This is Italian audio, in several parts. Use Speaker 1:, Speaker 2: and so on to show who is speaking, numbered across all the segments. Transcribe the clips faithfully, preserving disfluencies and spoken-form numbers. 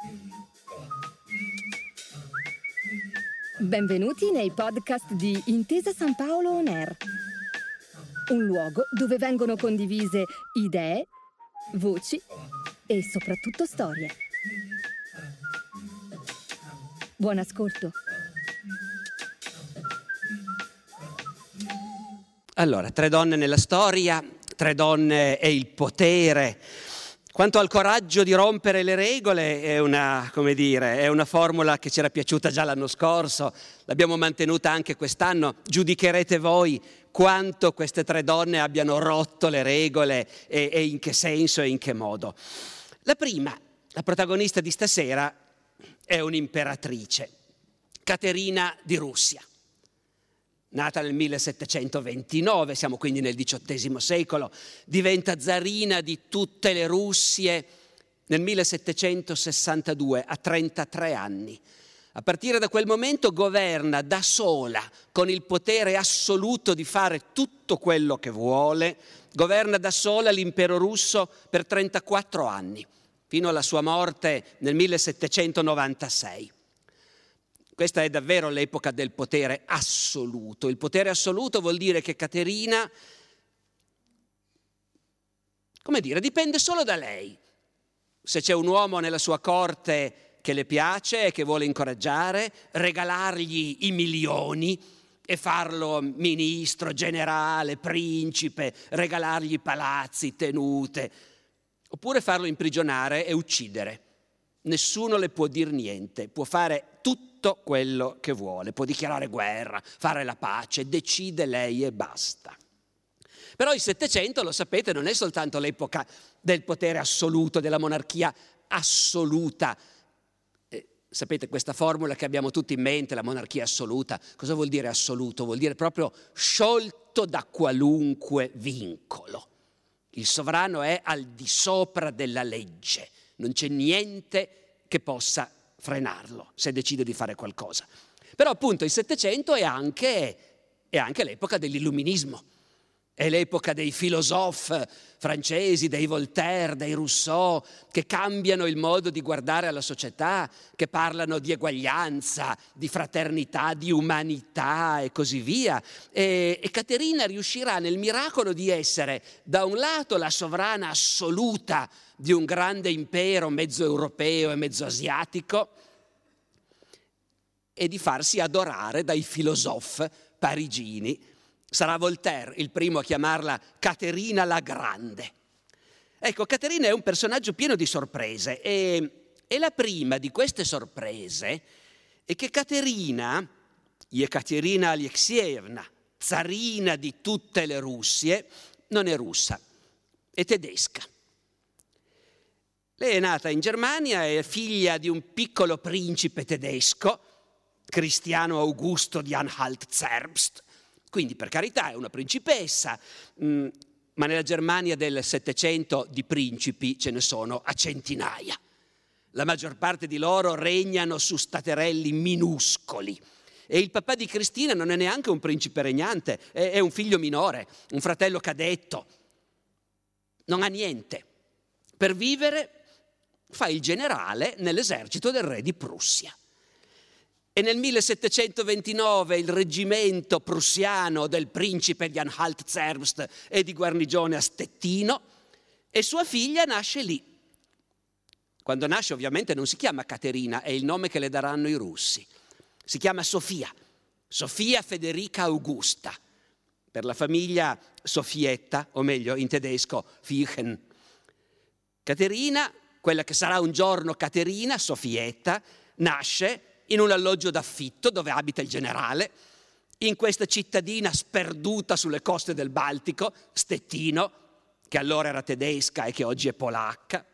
Speaker 1: Benvenuti nei podcast di Intesa San Paolo On Air, un luogo dove vengono condivise idee, voci e soprattutto storie. Buon ascolto.
Speaker 2: Allora, tre donne nella storia, tre donne e il potere. Quanto al coraggio di rompere le regole è una, come dire, è una formula che ci era piaciuta già l'anno scorso, l'abbiamo mantenuta anche quest'anno. Giudicherete voi quanto queste tre donne abbiano rotto le regole e, e in che senso e in che modo. La prima, la protagonista di stasera, è un'imperatrice, Caterina di Russia. Nata nel millesettecentoventinove, siamo quindi nel diciottesimo secolo, diventa zarina di tutte le Russie nel millesettecentosessantadue, a trentatré anni. A partire da quel momento governa da sola, con il potere assoluto di fare tutto quello che vuole, governa da sola l'impero russo per trentaquattro anni, fino alla sua morte nel millesettecentonovantasei. Questa è davvero l'epoca del potere assoluto. Il potere assoluto vuol dire che Caterina, come dire, dipende solo da lei. Se c'è un uomo nella sua corte che le piace e che vuole incoraggiare, regalargli i milioni e farlo ministro, generale, principe, regalargli palazzi, tenute, oppure farlo imprigionare e uccidere. Nessuno le può dir niente, può fare tutto quello che vuole, può dichiarare guerra, fare la pace, decide lei e basta. Però il Settecento, lo sapete, non è soltanto l'epoca del potere assoluto, della monarchia assoluta. Eh, sapete questa formula che abbiamo tutti in mente, la monarchia assoluta? Cosa vuol dire assoluto? Vuol dire proprio sciolto da qualunque vincolo. Il sovrano è al di sopra della legge. Non c'è niente che possa frenarlo se decide di fare qualcosa. Però appunto il Settecento è anche, è anche l'epoca dell'illuminismo, è l'epoca dei filosofi francesi, dei Voltaire, dei Rousseau, che cambiano il modo di guardare alla società, che parlano di eguaglianza, di fraternità, di umanità e così via. E, e Caterina riuscirà nel miracolo di essere da un lato la sovrana assoluta di un grande impero mezzo europeo e mezzo asiatico e di farsi adorare dai filosofi parigini. Sarà Voltaire il primo a chiamarla Caterina la Grande. Ecco, Caterina è un personaggio pieno di sorprese e, e la prima di queste sorprese è che Caterina, Ekaterina Alexievna, zarina di tutte le Russie, non è russa, è tedesca. Lei è nata in Germania, è figlia di un piccolo principe tedesco, Cristiano Augusto di Anhalt-Zerbst, quindi per carità è una principessa, mh, ma nella Germania del Settecento di principi ce ne sono a centinaia. La maggior parte di loro regnano su staterelli minuscoli. E il papà di Cristina non è neanche un principe regnante, è, è un figlio minore, un fratello cadetto. Non ha niente. Per vivere fa il generale nell'esercito del re di Prussia. E nel millesettecentoventinove il reggimento prussiano del principe di Anhalt-Zerbst è di guarnigione a Stettino e sua figlia nasce lì. Quando nasce ovviamente non si chiama Caterina, è il nome che le daranno i russi. Si chiama Sofia, Sofia Federica Augusta, per la famiglia Sofietta, o meglio in tedesco Fichen. Caterina, quella che sarà un giorno Caterina, Sofietta, nasce in un alloggio d'affitto dove abita il generale, in questa cittadina sperduta sulle coste del Baltico, Stettino, che allora era tedesca e che oggi è polacca.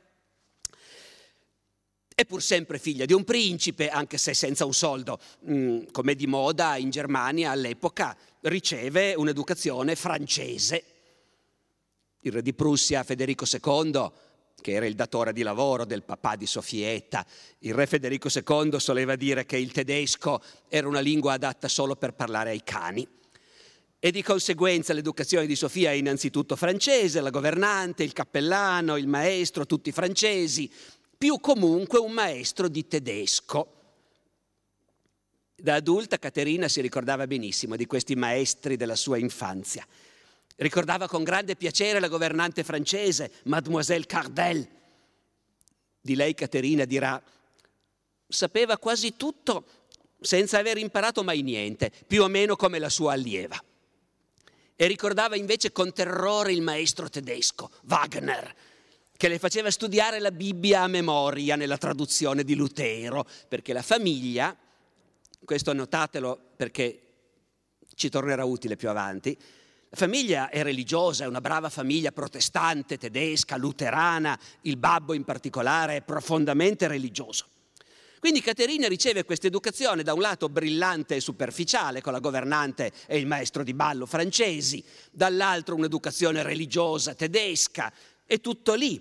Speaker 2: È pur sempre figlia di un principe, anche se senza un soldo. Mm, come di moda in Germania all'epoca, riceve un'educazione francese. Il re di Prussia, Federico secondo, che era il datore di lavoro del papà di Sofietta, il re Federico secondo soleva dire che il tedesco era una lingua adatta solo per parlare ai cani. E di conseguenza l'educazione di Sofia è innanzitutto francese, la governante, il cappellano, il maestro, tutti francesi. più comunque un maestro di tedesco. Da adulta Caterina si ricordava benissimo di questi maestri della sua infanzia. Ricordava con grande piacere la governante francese, Mademoiselle Cardel. Di lei Caterina dirà: sapeva quasi tutto senza aver imparato mai niente, più o meno come la sua allieva. E ricordava invece con terrore il maestro tedesco, Wagner, che le faceva studiare la Bibbia a memoria nella traduzione di Lutero, perché la famiglia, questo notatelo perché ci tornerà utile più avanti, la famiglia è religiosa, è una brava famiglia protestante, tedesca, luterana, il babbo in particolare è profondamente religioso. Quindi Caterina riceve questa educazione da un lato brillante e superficiale con la governante e il maestro di ballo francesi, dall'altro un'educazione religiosa tedesca, è tutto lì.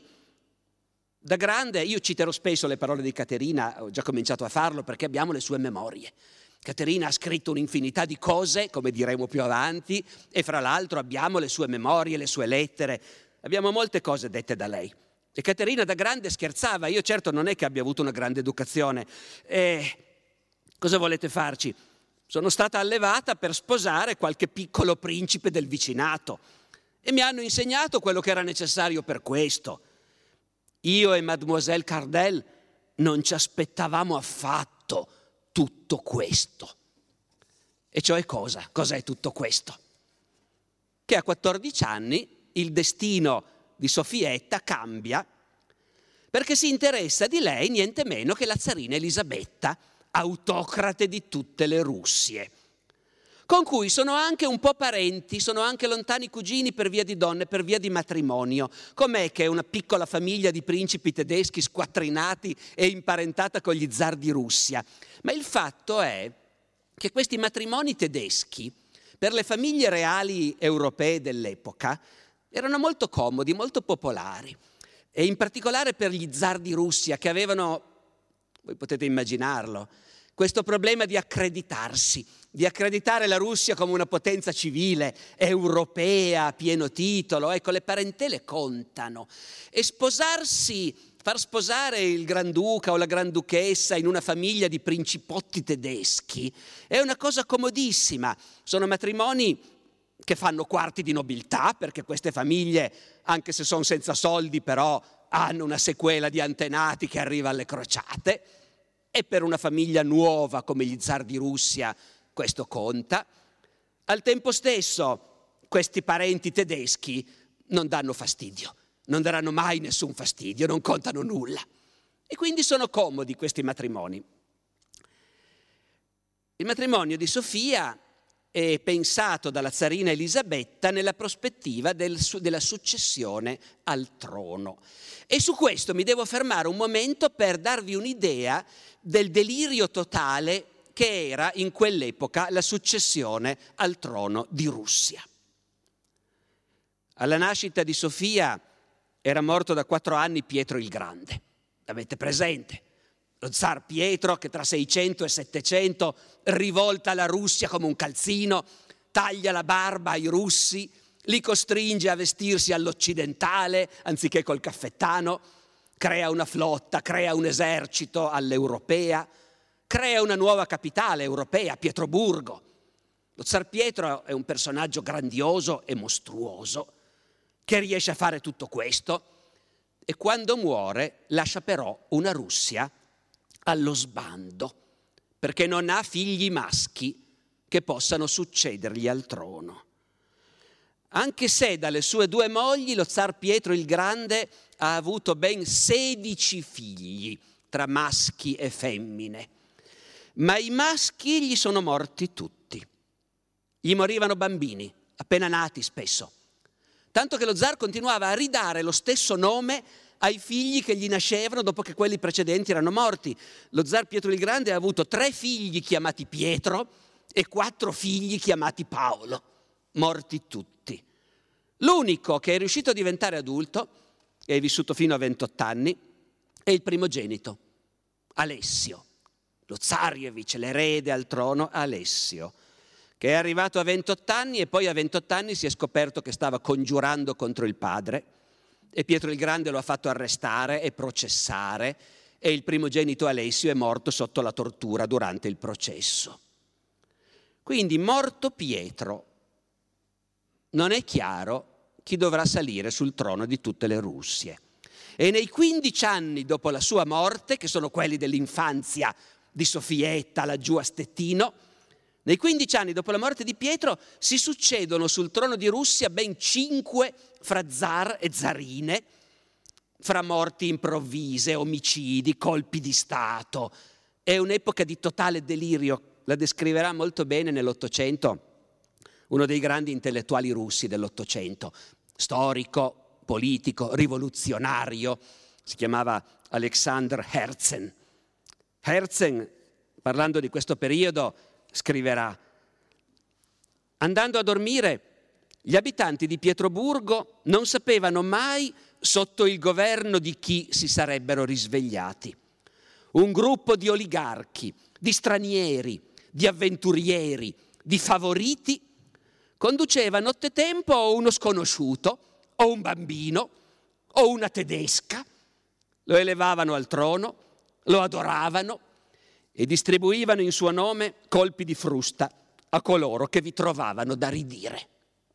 Speaker 2: Da grande, io citerò spesso le parole di Caterina, ho già cominciato a farlo perché abbiamo le sue memorie. Caterina ha scritto un'infinità di cose, come diremo più avanti, e fra l'altro abbiamo le sue memorie, le sue lettere, abbiamo molte cose dette da lei. E Caterina da grande scherzava, io certo non è che abbia avuto una grande educazione. E cosa volete farci? Sono stata allevata per sposare qualche piccolo principe del vicinato e mi hanno insegnato quello che era necessario per questo. Io e Mademoiselle Cardel non ci aspettavamo affatto tutto questo. E cioè cosa? Cos'è tutto questo? Che a quattordici anni il destino di Sofietta cambia perché si interessa di lei niente meno che la zarina Elisabetta, autocrate di tutte le Russie, con cui sono anche un po' parenti, sono anche lontani cugini per via di donne, per via di matrimonio. Com'è che una piccola famiglia di principi tedeschi squattrinati è imparentata con gli zar di Russia? Ma il fatto è che questi matrimoni tedeschi, per le famiglie reali europee dell'epoca, erano molto comodi, molto popolari, e in particolare per gli zar di Russia che avevano, voi potete immaginarlo, questo problema di accreditarsi, di accreditare la Russia come una potenza civile, europea, a pieno titolo. Ecco, le parentele contano. E sposarsi, far sposare il Granduca o la Granduchessa in una famiglia di principotti tedeschi è una cosa comodissima. Sono matrimoni che fanno quarti di nobiltà, perché queste famiglie, anche se sono senza soldi, però hanno una sequela di antenati che arriva alle crociate. E per una famiglia nuova come gli zar di Russia questo conta. Al tempo stesso questi parenti tedeschi non danno fastidio, non daranno mai nessun fastidio, non contano nulla. E quindi sono comodi questi matrimoni. Il matrimonio di Sofia è pensato dalla zarina Elisabetta nella prospettiva del, della successione al trono. E su questo mi devo fermare un momento per darvi un'idea del delirio totale che era in quell'epoca la successione al trono di Russia. Alla nascita di Sofia era morto da quattro anni Pietro il Grande. L'avete presente? Lo zar Pietro che tra seicento e settecento rivolta la Russia come un calzino, taglia la barba ai russi, li costringe a vestirsi all'occidentale anziché col caffettano, crea una flotta, crea un esercito all'europea, crea una nuova capitale europea, Pietroburgo. Lo zar Pietro è un personaggio grandioso e mostruoso che riesce a fare tutto questo e quando muore lascia però una Russia allo sbando, perché non ha figli maschi che possano succedergli al trono. Anche se dalle sue due mogli lo zar Pietro il Grande ha avuto ben sedici figli tra maschi e femmine, ma i maschi gli sono morti tutti. Gli morivano bambini, appena nati spesso, tanto che lo zar continuava a ridare lo stesso nome ai figli che gli nascevano dopo che quelli precedenti erano morti. Lo zar Pietro il Grande ha avuto tre figli chiamati Pietro e quattro figli chiamati Paolo, morti tutti. L'unico che è riuscito a diventare adulto, e è vissuto fino a ventotto anni, è il primogenito, Alessio, lo Zarievich, l'erede al trono Alessio, che è arrivato a ventotto anni e poi a ventotto anni si è scoperto che stava congiurando contro il padre, e Pietro il Grande lo ha fatto arrestare e processare e il primogenito Alessio è morto sotto la tortura durante il processo. Quindi, morto Pietro, non è chiaro chi dovrà salire sul trono di tutte le Russie. E nei quindici anni dopo la sua morte, che sono quelli dell'infanzia di Sofietta laggiù a Stettino, nei quindici anni dopo la morte di Pietro si succedono sul trono di Russia ben cinque fra zar e zarine, fra morti improvvise, omicidi, colpi di Stato. È un'epoca di totale delirio, la descriverà molto bene nell'Ottocento uno dei grandi intellettuali russi dell'Ottocento, storico, politico, rivoluzionario, si chiamava Alexander Herzen. Herzen, parlando di questo periodo, scriverà: andando a dormire, gli abitanti di Pietroburgo non sapevano mai sotto il governo di chi si sarebbero risvegliati. Un gruppo di oligarchi, di stranieri, di avventurieri, di favoriti conduceva nottetempo o uno sconosciuto, o un bambino, o una tedesca, lo elevavano al trono, lo adoravano e distribuivano in suo nome colpi di frusta a coloro che vi trovavano da ridire.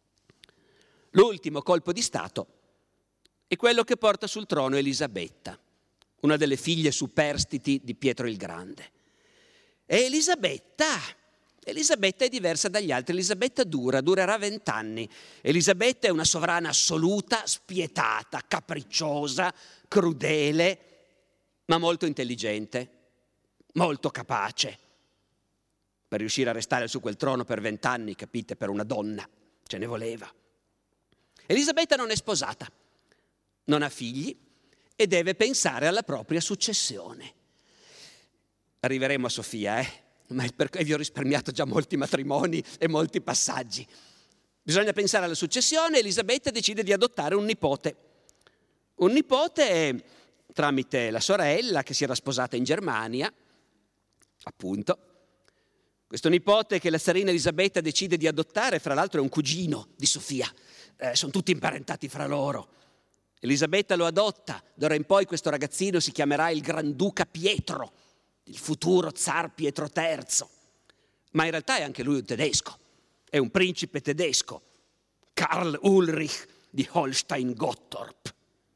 Speaker 2: L'ultimo colpo di Stato è quello che porta sul trono Elisabetta, una delle figlie superstiti di Pietro il Grande. E Elisabetta... Elisabetta è diversa dagli altri. Elisabetta dura, durerà vent'anni. Elisabetta è una sovrana assoluta, spietata, capricciosa, crudele, ma molto intelligente, molto capace. Per riuscire a restare su quel trono per vent'anni, capite, per una donna, ce ne voleva. Elisabetta non è sposata, non ha figli e deve pensare alla propria successione. Arriveremo a Sofia, eh? Ma perché vi ho risparmiato già molti matrimoni e molti passaggi. Bisogna pensare alla successione. Elisabetta decide di adottare un nipote. Un nipote tramite la sorella che si era sposata in Germania, appunto. Questo nipote che la zarina Elisabetta decide di adottare, fra l'altro è un cugino di Sofia. Eh, sono tutti imparentati fra loro. Elisabetta lo adotta. D'ora in poi questo ragazzino si chiamerà il Granduca Pietro, il futuro zar Pietro terzo, ma in realtà è anche lui un tedesco, è un principe tedesco, Karl Ulrich di Holstein-Gottorp.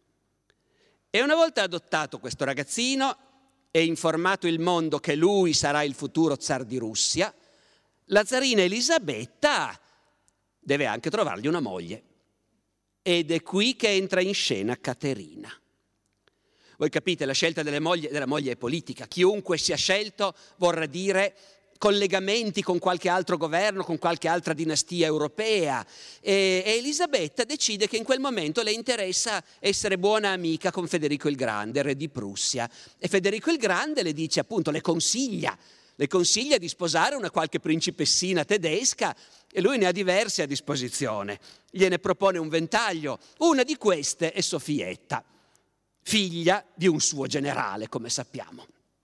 Speaker 2: E una volta adottato questo ragazzino e informato il mondo che lui sarà il futuro zar di Russia, la zarina Elisabetta deve anche trovargli una moglie. Ed è qui che entra in scena Caterina. Voi capite, la scelta delle mogli, della moglie è politica. Chiunque sia scelto vorrà dire collegamenti con qualche altro governo, con qualche altra dinastia europea. E, e Elisabetta decide che in quel momento le interessa essere buona amica con Federico il Grande, re di Prussia. E Federico il Grande le dice, appunto, le consiglia, le consiglia di sposare una qualche principessina tedesca e lui ne ha diverse a disposizione. Gliene propone un ventaglio. Una di queste è Sofietta, figlia di un suo generale, come sappiamo.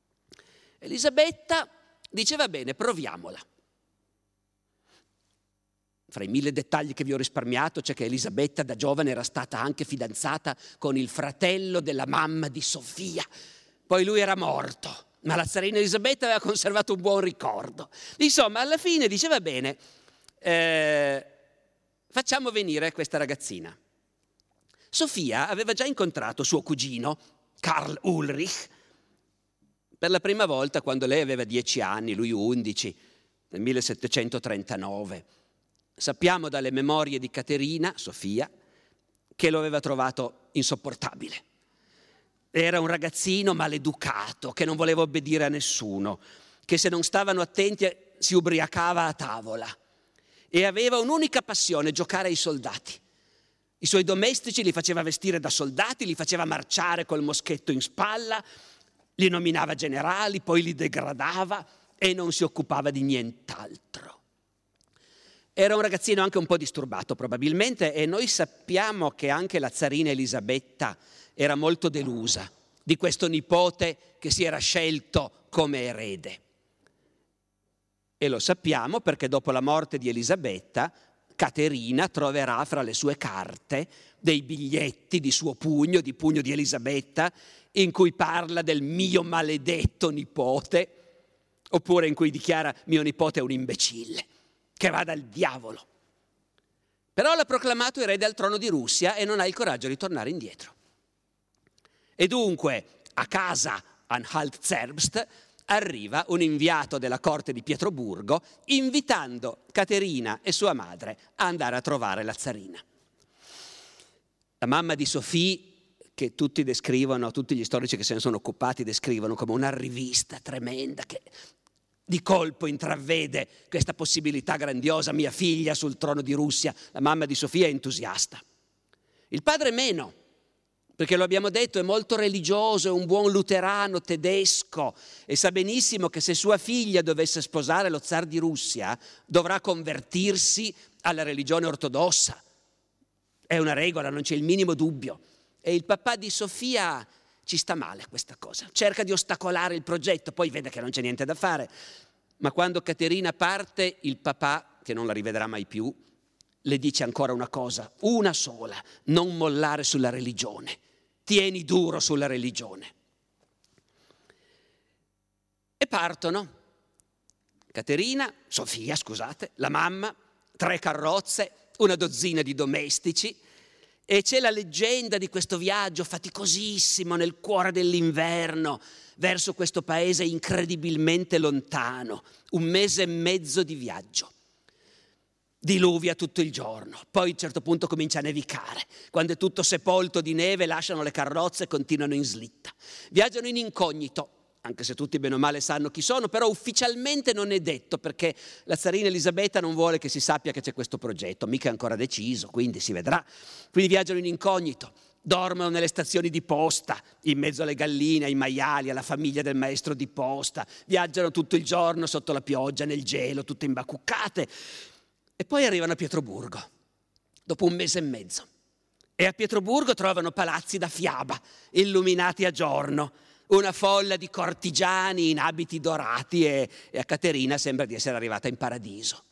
Speaker 2: Elisabetta dice, va bene, proviamola. Fra i mille dettagli che vi ho risparmiato c'è che Elisabetta da giovane era stata anche fidanzata con il fratello della mamma di Sofia. Poi lui era morto, ma la zarina Elisabetta aveva conservato un buon ricordo. Insomma, alla fine dice, va bene, eh, facciamo venire questa ragazzina. Sofia aveva già incontrato suo cugino, Karl Ulrich, per la prima volta quando lei aveva dieci anni, lui undici, nel millesettecentotrentanove. Sappiamo dalle memorie di Caterina, Sofia, che lo aveva trovato insopportabile. Era un ragazzino maleducato, che non voleva obbedire a nessuno, che se non stavano attenti si ubriacava a tavola e aveva un'unica passione, giocare ai soldati. I suoi domestici li faceva vestire da soldati, li faceva marciare col moschetto in spalla, li nominava generali, poi li degradava e non si occupava di nient'altro. Era un ragazzino anche un po' disturbato probabilmente e noi sappiamo che anche la zarina Elisabetta era molto delusa di questo nipote che si era scelto come erede. E lo sappiamo perché dopo la morte di Elisabetta Caterina troverà fra le sue carte dei biglietti di suo pugno, di pugno di Elisabetta, in cui parla del mio maledetto nipote, oppure in cui dichiara mio nipote è un imbecille, che vada al diavolo. Però l'ha proclamato erede al trono di Russia e non ha il coraggio di tornare indietro. E dunque a casa Anhalt-Zerbst arriva un inviato della corte di Pietroburgo invitando Caterina e sua madre a andare a trovare la zarina. La mamma di Sophie, che tutti descrivono, tutti gli storici che se ne sono occupati descrivono come una rivista tremenda che di colpo intravede questa possibilità grandiosa, mia figlia sul trono di Russia. La mamma di Sofia è entusiasta. Il padre meno, perché lo abbiamo detto, è molto religioso, è un buon luterano tedesco e sa benissimo che se sua figlia dovesse sposare lo zar di Russia dovrà convertirsi alla religione ortodossa. È una regola, non c'è il minimo dubbio. E il papà di Sofia ci sta male questa cosa, cerca di ostacolare il progetto, poi vede che non c'è niente da fare. Ma quando Caterina parte, il papà, che non la rivedrà mai più, le dice ancora una cosa, una sola: non mollare sulla religione, tieni duro sulla religione. E partono. Caterina, Sofia, scusate, la mamma, tre carrozze, una dozzina di domestici, e c'è la leggenda di questo viaggio faticosissimo nel cuore dell'inverno verso questo paese incredibilmente lontano, un mese e mezzo di viaggio. Diluvia tutto il giorno, poi a un certo punto comincia a nevicare. Quando è tutto sepolto di neve lasciano le carrozze e continuano in slitta. Viaggiano in incognito, anche se tutti bene o male sanno chi sono, però ufficialmente non è detto, perché la zarina Elisabetta non vuole che si sappia che c'è questo progetto, mica è ancora deciso, quindi si vedrà. Quindi viaggiano in incognito, dormono nelle stazioni di posta, in mezzo alle galline, ai maiali, alla famiglia del maestro di posta, viaggiano tutto il giorno sotto la pioggia, nel gelo, tutte imbacuccate, e poi arrivano a Pietroburgo, dopo un mese e mezzo. E a Pietroburgo trovano palazzi da fiaba, illuminati a giorno, una folla di cortigiani in abiti dorati e, e a Caterina sembra di essere arrivata in paradiso.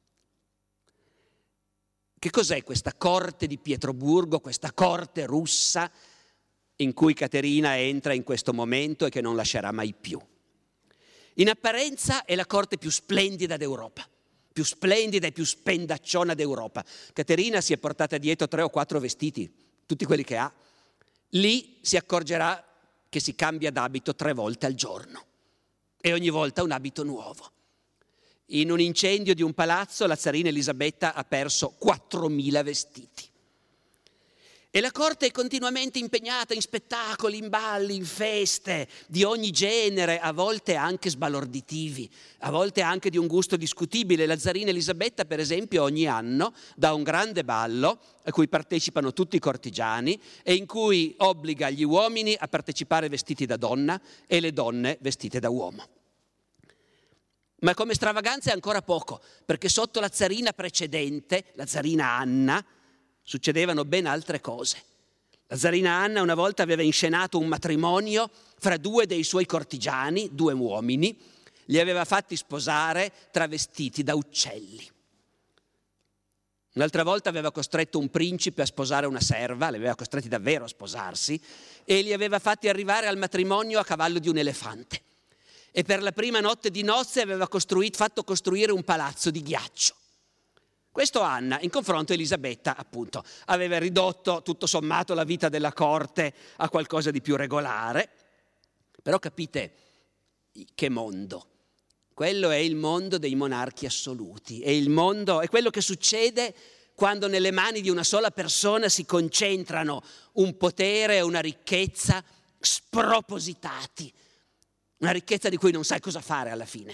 Speaker 2: Che cos'è questa corte di Pietroburgo, questa corte russa in cui Caterina entra in questo momento e che non lascerà mai più? In apparenza è la corte più splendida d'Europa, più splendida e più spendacciona d'Europa. Caterina si è portata dietro tre o quattro vestiti, tutti quelli che ha. Lì si accorgerà che si cambia d'abito tre volte al giorno e ogni volta un abito nuovo. In un incendio di un palazzo la zarina Elisabetta ha perso quattromila vestiti. E la corte è continuamente impegnata in spettacoli, in balli, in feste di ogni genere, a volte anche sbalorditivi, a volte anche di un gusto discutibile. La zarina Elisabetta, per esempio, ogni anno dà un grande ballo a cui partecipano tutti i cortigiani e in cui obbliga gli uomini a partecipare vestiti da donna e le donne vestite da uomo. Ma come stravaganza è ancora poco, perché sotto la zarina precedente, la zarina Anna, succedevano ben altre cose. La zarina Anna una volta aveva inscenato un matrimonio fra due dei suoi cortigiani, due uomini, li aveva fatti sposare travestiti da uccelli. Un'altra volta aveva costretto un principe a sposare una serva, li aveva costretti davvero a sposarsi, e li aveva fatti arrivare al matrimonio a cavallo di un elefante. E per la prima notte di nozze aveva costruito, fatto costruire un palazzo di ghiaccio. Questo Anna, in confronto a Elisabetta, appunto, aveva ridotto tutto sommato la vita della corte a qualcosa di più regolare. Però capite che mondo? Quello è il mondo dei monarchi assoluti, è il mondo, è quello che succede quando nelle mani di una sola persona si concentrano un potere e una ricchezza spropositati, una ricchezza di cui non sai cosa fare alla fine.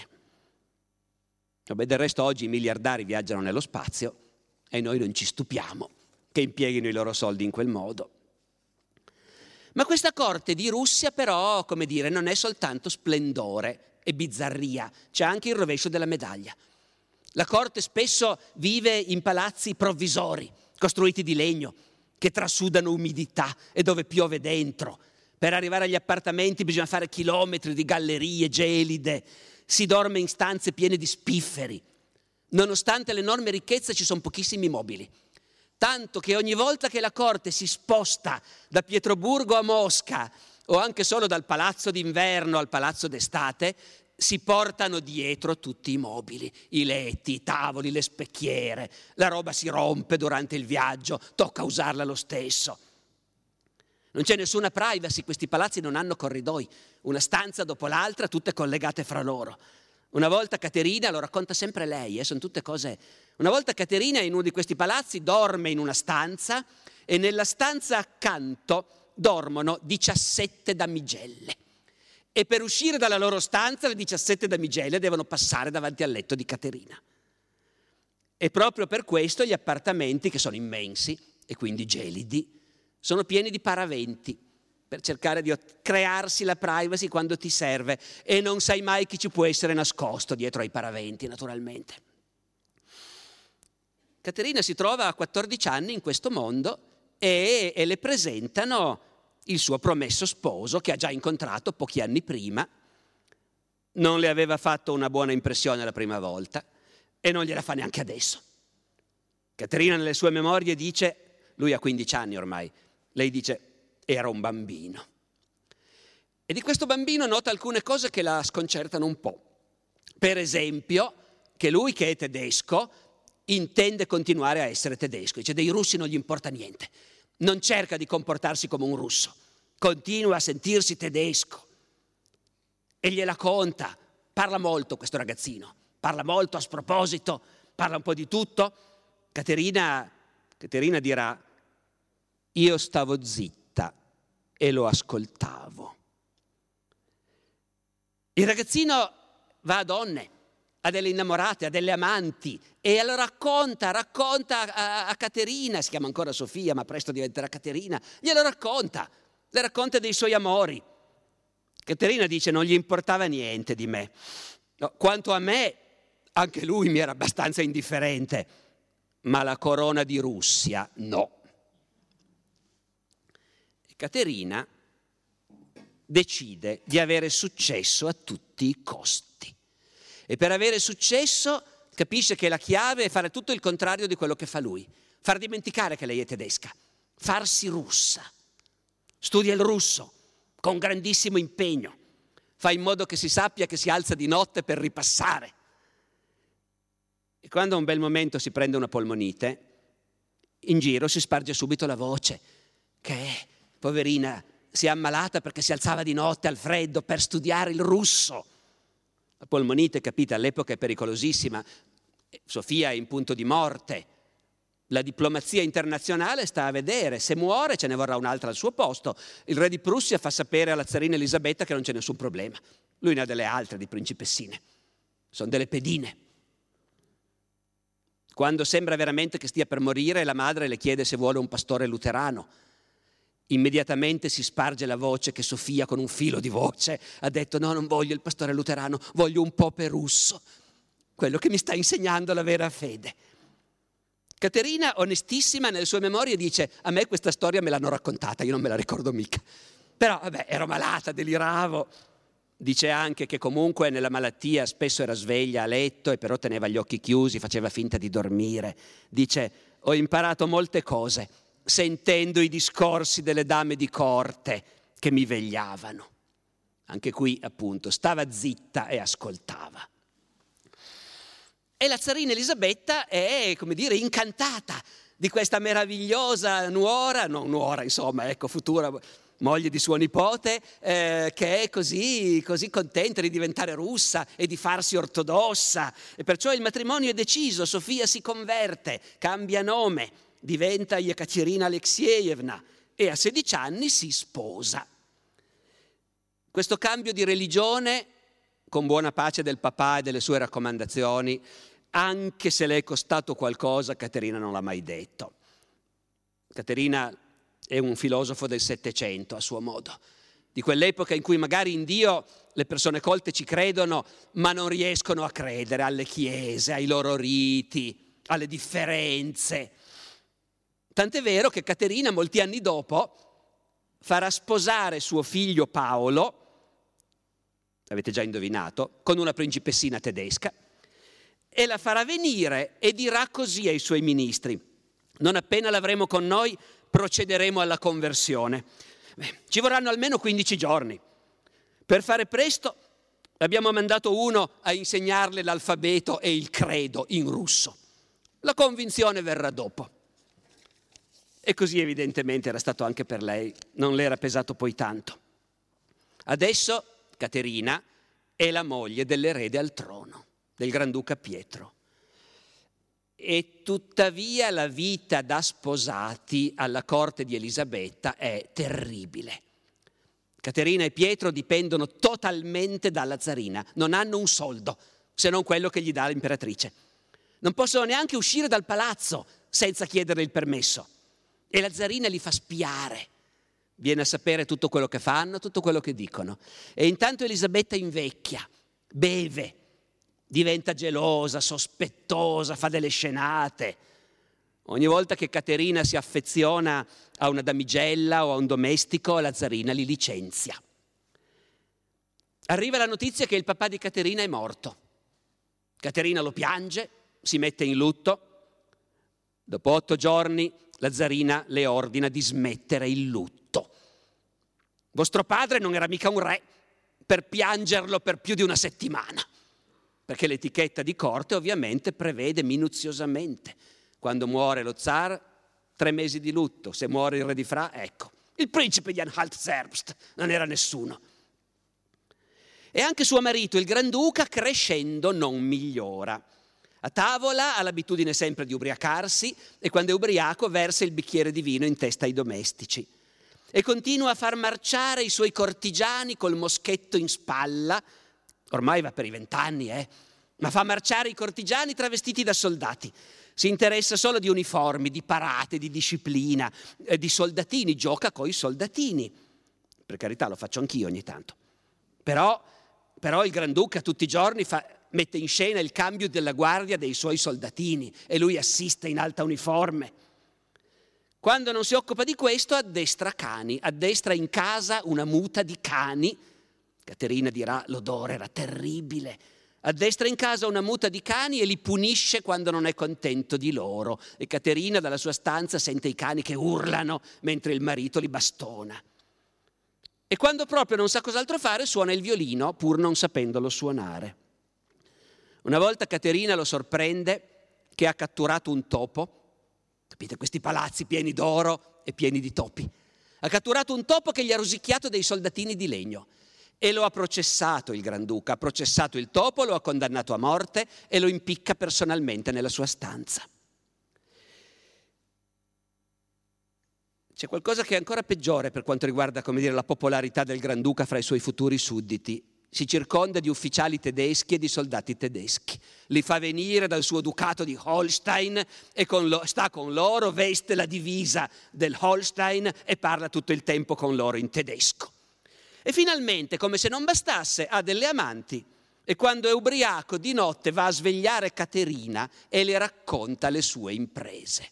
Speaker 2: Vabbè, del resto oggi i miliardari viaggiano nello spazio e noi non ci stupiamo che impieghino i loro soldi in quel modo. Ma questa corte di Russia però, come dire, non è soltanto splendore e bizzarria, c'è anche il rovescio della medaglia. La corte spesso vive in palazzi provvisori, costruiti di legno, che trasudano umidità e dove piove dentro. Per arrivare agli appartamenti bisogna fare chilometri di gallerie gelide, si dorme in stanze piene di spifferi. Nonostante l'enorme ricchezza ci sono pochissimi mobili, tanto che ogni volta che la corte si sposta da Pietroburgo a Mosca o anche solo dal palazzo d'inverno al palazzo d'estate, si portano dietro tutti i mobili, i letti, i tavoli, le specchiere, la roba si rompe durante il viaggio, tocca usarla lo stesso. Non c'è nessuna privacy, questi palazzi non hanno corridoi, una stanza dopo l'altra, tutte collegate fra loro. Una volta Caterina, lo racconta sempre lei, eh, sono tutte cose... Una volta Caterina in uno di questi palazzi dorme in una stanza e nella stanza accanto dormono diciassette damigelle. E per uscire dalla loro stanza le diciassette damigelle devono passare davanti al letto di Caterina. E proprio per questo gli appartamenti, che sono immensi e quindi gelidi, sono pieni di paraventi, per cercare di crearsi la privacy quando ti serve, e non sai mai chi ci può essere nascosto dietro ai paraventi, naturalmente. Caterina si trova a quattordici anni in questo mondo e, e le presentano il suo promesso sposo, che ha già incontrato pochi anni prima. Non le aveva fatto una buona impressione la prima volta e non gliela fa neanche adesso. Caterina nelle sue memorie dice, lui ha quindici anni ormai, lei dice era un bambino. E di questo bambino nota alcune cose che la sconcertano un po'. Per esempio, che lui, che è tedesco, intende continuare a essere tedesco. Dice, dei russi non gli importa niente. Non cerca di comportarsi come un russo, continua a sentirsi tedesco e gliela conta. Parla molto questo ragazzino, parla molto a sproposito, parla un po' di tutto. Caterina, Caterina dirà, io stavo zitta e lo ascoltavo. Il ragazzino va a donne, a delle innamorate, a delle amanti, e lo racconta, racconta a, a Caterina, si chiama ancora Sofia ma presto diventerà Caterina, glielo racconta, le racconta dei suoi amori. Caterina dice non gli importava niente di me, no, quanto a me anche lui mi era abbastanza indifferente, ma la corona di Russia no. E Caterina decide di avere successo a tutti i costi. E per avere successo capisce che la chiave è fare tutto il contrario di quello che fa lui. Far dimenticare che lei è tedesca, farsi russa. Studia il russo con grandissimo impegno. Fa in modo che si sappia che si alza di notte per ripassare. E quando a un bel momento si prende una polmonite, in giro si sparge subito la voce che, poverina, si è ammalata perché si alzava di notte al freddo per studiare il russo. La polmonite, capite, all'epoca è pericolosissima. Sofia è in punto di morte. La diplomazia internazionale sta a vedere. Se muore ce ne vorrà un'altra al suo posto. Il re di Prussia fa sapere alla zarina Elisabetta che non c'è nessun problema. Lui ne ha delle altre di principessine. Sono delle pedine. Quando sembra veramente che stia per morire, la madre le chiede se vuole un pastore luterano. Immediatamente si sparge la voce che Sofia, con un filo di voce, ha detto no, non voglio il pastore luterano, voglio un pope russo, quello che mi sta insegnando la vera fede. Caterina, onestissima nelle sue memorie, dice a me questa storia me l'hanno raccontata, io non me la ricordo mica, però vabbè, ero malata, deliravo. Dice anche che comunque nella malattia spesso era sveglia a letto e però teneva gli occhi chiusi, faceva finta di dormire. Dice ho imparato molte cose sentendo i discorsi delle dame di corte che mi vegliavano. Anche qui, appunto, stava zitta e ascoltava. E la zarina Elisabetta è, come dire, incantata di questa meravigliosa nuora, non nuora, insomma, ecco, futura moglie di suo nipote, eh, che è così, così contenta di diventare russa e di farsi ortodossa. E perciò il matrimonio è deciso, Sofia si converte, cambia nome, diventa Ekaterina Alexievna e a sedici anni si sposa. Questo cambio di religione, con buona pace del papà e delle sue raccomandazioni, anche se le è costato qualcosa, Caterina non l'ha mai detto. Caterina è un filosofo del Settecento a suo modo, di quell'epoca in cui magari in Dio le persone colte ci credono, ma non riescono a credere alle chiese, ai loro riti, alle differenze. Tant'è vero che Caterina, molti anni dopo, farà sposare suo figlio Paolo, avete già indovinato, con una principessina tedesca, e la farà venire e dirà così ai suoi ministri: non appena l'avremo con noi procederemo alla conversione. Beh, ci vorranno almeno quindici giorni. Per fare presto abbiamo mandato uno a insegnarle l'alfabeto e il credo in russo. La convinzione verrà dopo. E così evidentemente era stato anche per lei, non le era pesato poi tanto. Adesso Caterina è la moglie dell'erede al trono, del Granduca Pietro. E tuttavia la vita da sposati alla corte di Elisabetta è terribile. Caterina e Pietro dipendono totalmente dalla zarina, non hanno un soldo se non quello che gli dà l'imperatrice. Non possono neanche uscire dal palazzo senza chiedere il permesso. E la zarina li fa spiare, viene a sapere tutto quello che fanno, tutto quello che dicono. E intanto Elisabetta invecchia, beve, diventa gelosa, sospettosa, fa delle scenate. Ogni volta che Caterina si affeziona a una damigella o a un domestico, la zarina li licenzia. Arriva la notizia che il papà di Caterina è morto. Caterina lo piange, si mette in lutto. Dopo otto giorni la zarina le ordina di smettere il lutto. Vostro padre non era mica un re per piangerlo per più di una settimana, perché l'etichetta di corte ovviamente prevede minuziosamente: quando muore lo zar, tre mesi di lutto; se muore il re di Fra, ecco. Il principe di Anhalt-Zerbst non era nessuno. E anche suo marito, il Granduca, crescendo non migliora. A tavola ha l'abitudine sempre di ubriacarsi e quando è ubriaco versa il bicchiere di vino in testa ai domestici. E continua a far marciare i suoi cortigiani col moschetto in spalla. Ormai va per i vent'anni, eh? Ma fa marciare i cortigiani travestiti da soldati. Si interessa solo di uniformi, di parate, di disciplina, eh, di soldatini, gioca coi soldatini. Per carità, lo faccio anch'io ogni tanto. Però, però il Granduca tutti i giorni fa, mette in scena il cambio della guardia dei suoi soldatini e lui assiste in alta uniforme. Quando non si occupa di questo, addestra cani, addestra in casa una muta di cani. Caterina dirà: l'odore era terribile. Addestra in casa una muta di cani e li punisce quando non è contento di loro. E Caterina dalla sua stanza sente i cani che urlano mentre il marito li bastona. E quando proprio non sa cos'altro fare, suona il violino pur non sapendolo suonare. Una volta Caterina lo sorprende che ha catturato un topo. Capite, questi palazzi pieni d'oro e pieni di topi. Ha catturato un topo che gli ha rosicchiato dei soldatini di legno. E lo ha processato il Granduca, ha processato il topo, lo ha condannato a morte e lo impicca personalmente nella sua stanza. C'è qualcosa che è ancora peggiore per quanto riguarda, come dire, la popolarità del Granduca fra i suoi futuri sudditi. Si circonda di ufficiali tedeschi e di soldati tedeschi. Li fa venire dal suo ducato di Holstein e con lo, sta con loro, veste la divisa del Holstein e parla tutto il tempo con loro in tedesco. E finalmente, come se non bastasse, ha delle amanti e quando è ubriaco di notte va a svegliare Caterina e le racconta le sue imprese.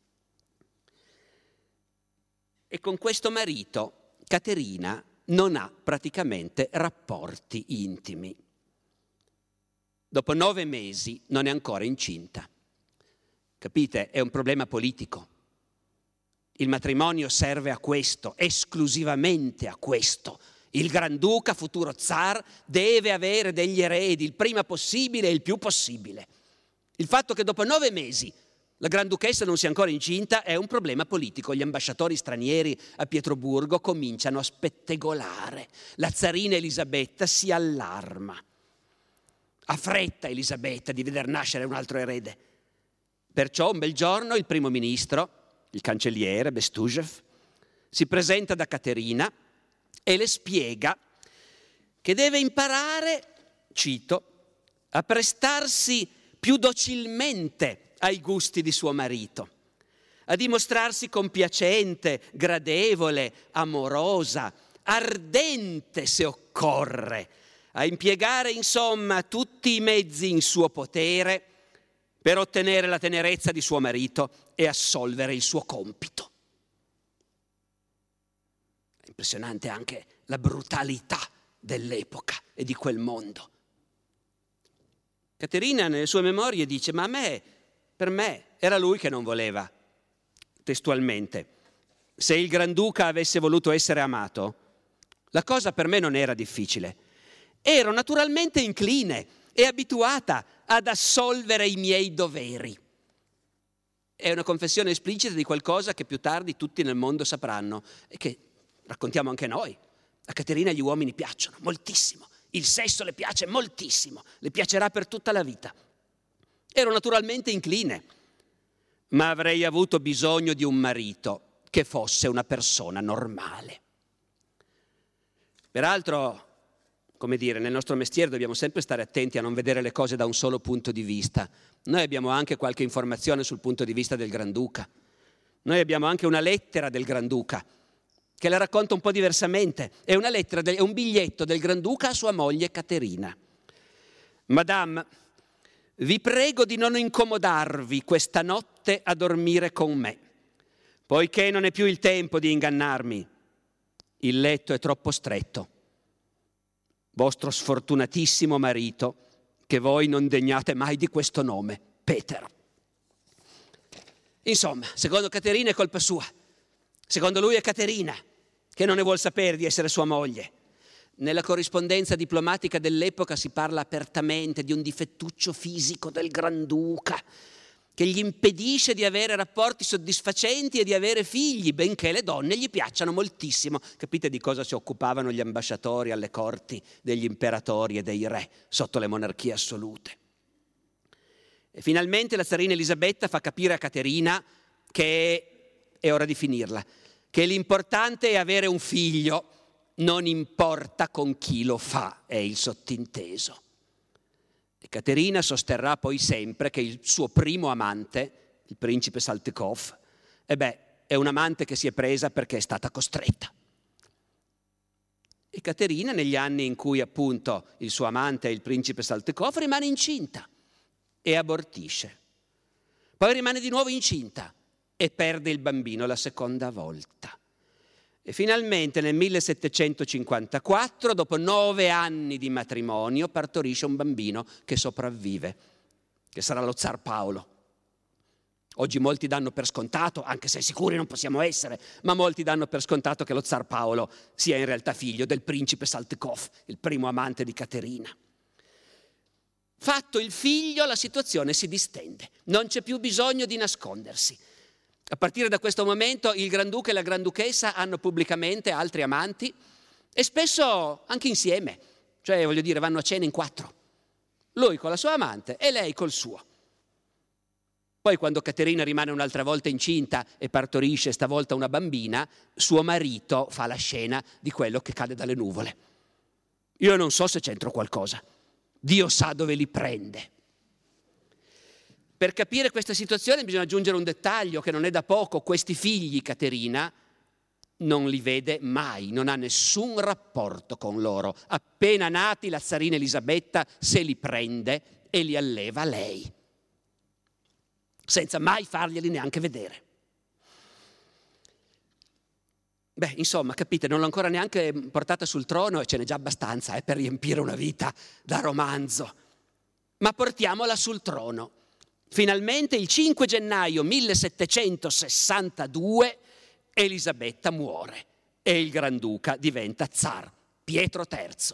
Speaker 2: E con questo marito Caterina non ha praticamente rapporti intimi. Dopo nove mesi non è ancora incinta. Capite? È un problema politico. Il matrimonio serve a questo, esclusivamente a questo. Il Granduca, futuro zar, deve avere degli eredi il prima possibile e il più possibile. Il fatto che dopo nove mesi la Granduchessa non sia ancora incinta è un problema politico. Gli ambasciatori stranieri a Pietroburgo cominciano a spettegolare. La zarina Elisabetta si allarma. Ha fretta Elisabetta di veder nascere un altro erede. Perciò un bel giorno il primo ministro, il cancelliere Bestujev, si presenta da Caterina e le spiega che deve imparare, cito, a prestarsi più docilmente ai gusti di suo marito, a dimostrarsi compiacente, gradevole, amorosa, ardente se occorre, a impiegare insomma tutti i mezzi in suo potere per ottenere la tenerezza di suo marito e assolvere il suo compito. È impressionante anche la brutalità dell'epoca e di quel mondo. Caterina nelle sue memorie dice: ma a me, per me, era lui che non voleva, testualmente. se il Granduca avesse voluto essere amato, la cosa per me non era difficile. Ero naturalmente incline e abituata ad assolvere i miei doveri. È una confessione esplicita di qualcosa che più tardi tutti nel mondo sapranno e che raccontiamo anche noi. A Caterina gli uomini piacciono moltissimo, il sesso le piace moltissimo, le piacerà per tutta la vita. Ero naturalmente incline, ma avrei avuto bisogno di un marito che fosse una persona normale. Peraltro, come dire, nel nostro mestiere dobbiamo sempre stare attenti a non vedere le cose da un solo punto di vista. Noi abbiamo anche qualche informazione sul punto di vista del Granduca. Noi abbiamo anche una lettera del Granduca che la racconta un po' diversamente. È una lettera, è un biglietto del Granduca a sua moglie Caterina. Madame, vi prego di non incomodarvi questa notte a dormire con me, poiché non è più il tempo di ingannarmi. Il letto è troppo stretto. Vostro sfortunatissimo marito, che voi non degnate mai di questo nome, Peter. Insomma, secondo Caterina è colpa sua. Secondo lui è Caterina, che non ne vuol sapere di essere sua moglie. Nella corrispondenza diplomatica dell'epoca si parla apertamente di un difettuccio fisico del Granduca che gli impedisce di avere rapporti soddisfacenti e di avere figli, benché le donne gli piacciono moltissimo. Capite di cosa si occupavano gli ambasciatori alle corti degli imperatori e dei re sotto le monarchie assolute. E finalmente la zarina Elisabetta fa capire a Caterina che è ora di finirla, che l'importante è avere un figlio, non importa con chi lo fa, è il sottinteso. E Caterina sosterrà poi sempre che il suo primo amante, il principe Saltykov, e beh, è un amante che si è presa perché è stata costretta. E Caterina, negli anni in cui appunto il suo amante è il principe Saltykov, rimane incinta e abortisce. Poi rimane di nuovo incinta e perde il bambino la seconda volta. E finalmente nel millesettecentocinquantaquattro, dopo nove anni di matrimonio, partorisce un bambino che sopravvive, che sarà lo zar Paolo. Oggi molti danno per scontato, anche se sicuri non possiamo essere, ma molti danno per scontato che lo zar Paolo sia in realtà figlio del principe Saltykov, il primo amante di Caterina. Fatto il figlio, la situazione si distende, non c'è più bisogno di nascondersi. A partire da questo momento il Granduca e la Granduchessa hanno pubblicamente altri amanti e spesso anche insieme, cioè voglio dire vanno a cena in quattro, lui con la sua amante e lei col suo. Poi quando Caterina rimane un'altra volta incinta e partorisce stavolta una bambina, suo marito fa la scena di quello che cade dalle nuvole. Io non so se c'entro qualcosa, Dio sa dove li prende. Per capire questa situazione bisogna aggiungere un dettaglio che non è da poco. Questi figli Caterina non li vede mai, non ha nessun rapporto con loro. Appena nati la zarina Elisabetta se li prende e li alleva lei, senza mai farglieli neanche vedere. Beh, insomma, capite, non l'ho ancora neanche portata sul trono e ce n'è già abbastanza eh, per riempire una vita da romanzo. Ma portiamola sul trono. Finalmente il cinque gennaio millesettecentosessantadue Elisabetta muore e il Granduca diventa zar, Pietro terzo.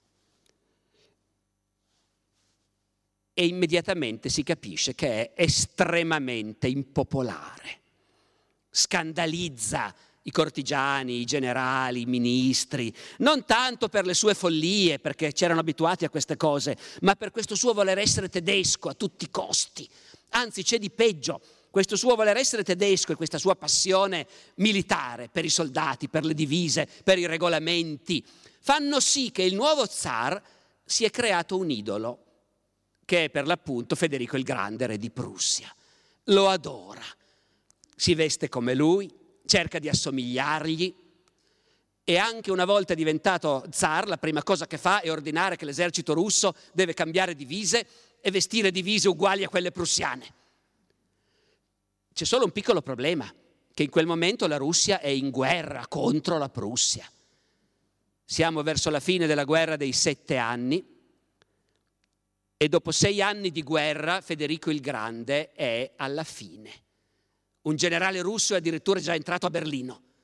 Speaker 2: E immediatamente si capisce che è estremamente impopolare, scandalizza i cortigiani, i generali, i ministri, non tanto per le sue follie, perché c'erano abituati a queste cose, ma per questo suo voler essere tedesco a tutti i costi. Anzi, c'è di peggio, questo suo voler essere tedesco e questa sua passione militare per i soldati, per le divise, per i regolamenti, fanno sì che il nuovo zar si è creato un idolo, che è per l'appunto Federico il Grande, re di Prussia. Lo adora, si veste come lui, cerca di assomigliargli e anche una volta diventato zar la prima cosa che fa è ordinare che l'esercito russo deve cambiare divise e vestire divise uguali a quelle prussiane. C'è solo un piccolo problema, che in quel momento la Russia è in guerra contro la Prussia. Siamo verso la fine della guerra dei sette anni e dopo sei anni di guerra Federico il Grande è alla fine. Un generale russo è addirittura già entrato a Berlino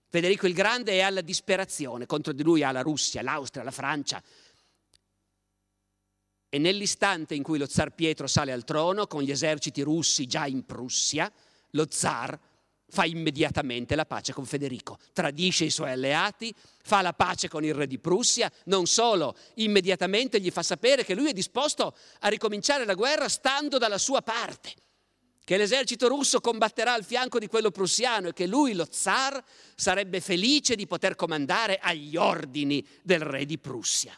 Speaker 2: Federico il Grande è alla disperazione, contro di lui ha la Russia, l'Austria, la Francia. E nell'istante in cui lo zar Pietro sale al trono, con gli eserciti russi già in Prussia, lo zar fa immediatamente la pace con Federico, tradisce i suoi alleati, fa la pace con il re di Prussia, non solo, immediatamente gli fa sapere che lui è disposto a ricominciare la guerra stando dalla sua parte, che l'esercito russo combatterà al fianco di quello prussiano e che lui, lo zar, sarebbe felice di poter comandare agli ordini del re di Prussia.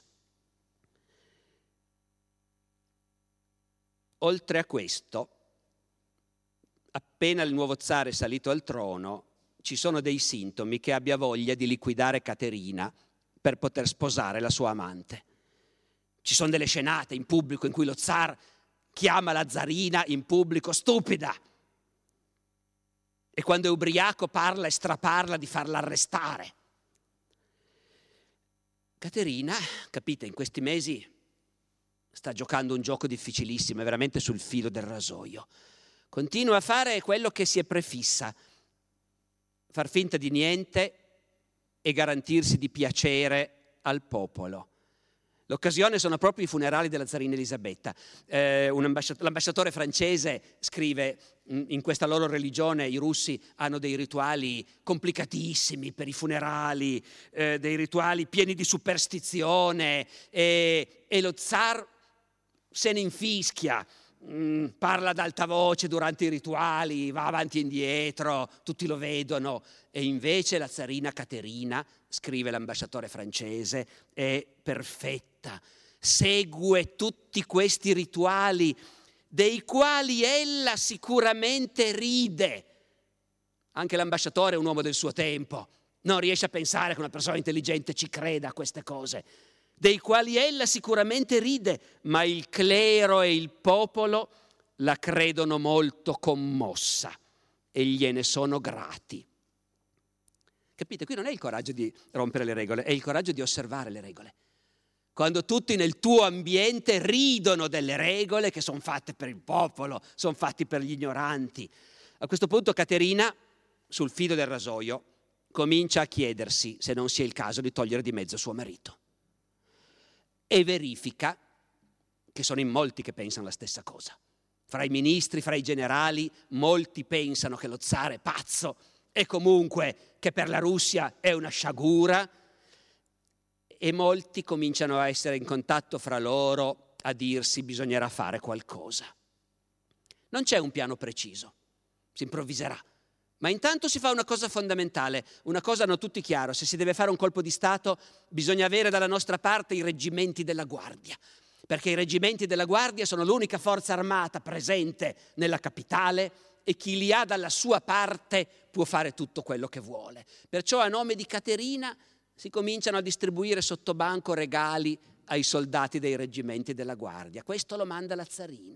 Speaker 2: Oltre a questo, appena il nuovo zar è salito al trono, ci sono dei sintomi che abbia voglia di liquidare Caterina per poter sposare la sua amante. Ci sono delle scenate in pubblico in cui lo zar chiama la zarina in pubblico stupida e quando è ubriaco parla e straparla di farla arrestare. Caterina, capite, in questi mesi sta giocando un gioco difficilissimo, è veramente sul filo del rasoio. Continua a fare quello che si è prefissa, far finta di niente e garantirsi di piacere al popolo. L'occasione sono proprio i funerali della zarina Elisabetta. Eh, un ambasciat- l'ambasciatore francese scrive: in questa loro religione i russi hanno dei rituali complicatissimi per i funerali, eh, dei rituali pieni di superstizione, e, e lo zar se ne infischia. Mm, parla ad alta voce durante i rituali, va avanti e indietro, tutti lo vedono, e invece la zarina Caterina, scrive l'ambasciatore francese, è perfetta, segue tutti questi rituali dei quali ella sicuramente ride. Anche l'ambasciatore è un uomo del suo tempo, non riesce a pensare che una persona intelligente ci creda a queste cose, dei quali ella sicuramente ride, ma il clero e il popolo la credono molto commossa e gliene sono grati. Capite? Qui non è il coraggio di rompere le regole, è il coraggio di osservare le regole. Quando tutti nel tuo ambiente ridono delle regole che sono fatte per il popolo, sono fatte per gli ignoranti. A questo punto Caterina, sul filo del rasoio, comincia a chiedersi se non sia il caso di togliere di mezzo suo marito. E verifica che sono in molti che pensano la stessa cosa. Fra i ministri, fra i generali, molti pensano che lo zar è pazzo e comunque che per la Russia è una sciagura, e molti cominciano a essere in contatto fra loro, a dirsi bisognerà fare qualcosa. Non c'è un piano preciso, si improvviserà. Ma intanto si fa una cosa fondamentale, una cosa hanno tutti chiaro: se si deve fare un colpo di Stato bisogna avere dalla nostra parte i reggimenti della Guardia, perché i reggimenti della Guardia sono l'unica forza armata presente nella capitale e chi li ha dalla sua parte può fare tutto quello che vuole. Perciò a nome di Caterina si cominciano a distribuire sotto banco regali ai soldati dei reggimenti della Guardia. Questo lo manda la zarina.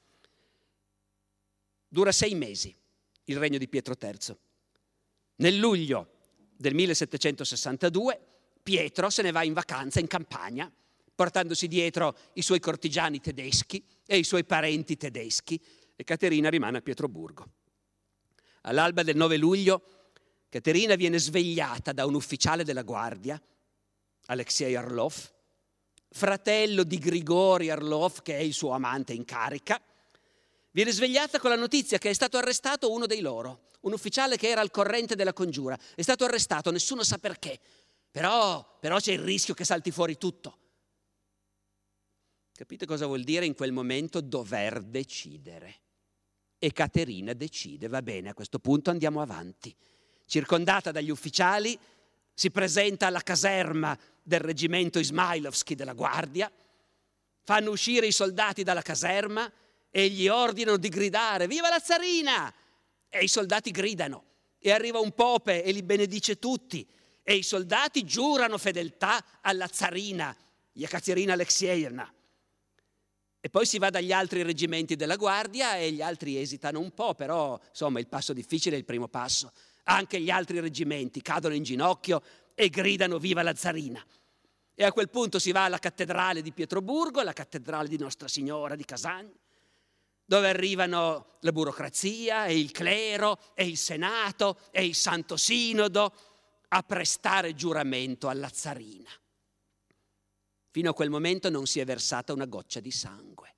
Speaker 2: Dura sei mesi il regno di Pietro terzo. Nel luglio del millesettecentosessantadue Pietro se ne va in vacanza in campagna, portandosi dietro i suoi cortigiani tedeschi e i suoi parenti tedeschi, e Caterina rimane a Pietroburgo. All'alba del nove luglio Caterina viene svegliata da un ufficiale della guardia, Alexei Orlov, fratello di Grigori Orlov, che è il suo amante in carica. Viene svegliata con la notizia che è stato arrestato uno dei loro, un ufficiale che era al corrente della congiura. È stato arrestato, nessuno sa perché, però, però c'è il rischio che salti fuori tutto. Capite cosa vuol dire in quel momento dover decidere? E Caterina decide: va bene, a questo punto andiamo avanti. Circondata dagli ufficiali, si presenta alla caserma del reggimento Ismailovsky della Guardia, fanno uscire i soldati dalla caserma e gli ordinano di gridare: viva la zarina! E i soldati gridano, e arriva un pope e li benedice tutti, e i soldati giurano fedeltà alla zarina, Ekaterina Alexievna. E poi si va dagli altri reggimenti della guardia e gli altri esitano un po', però insomma il passo difficile è il primo passo. Anche gli altri reggimenti cadono in ginocchio e gridano viva la zarina. E a quel punto si va alla cattedrale di Pietroburgo, la cattedrale di Nostra Signora di Kazan, dove arrivano la burocrazia e il clero e il senato e il santo sinodo a prestare giuramento alla zarina. Fino a quel momento non si è versata una goccia di sangue.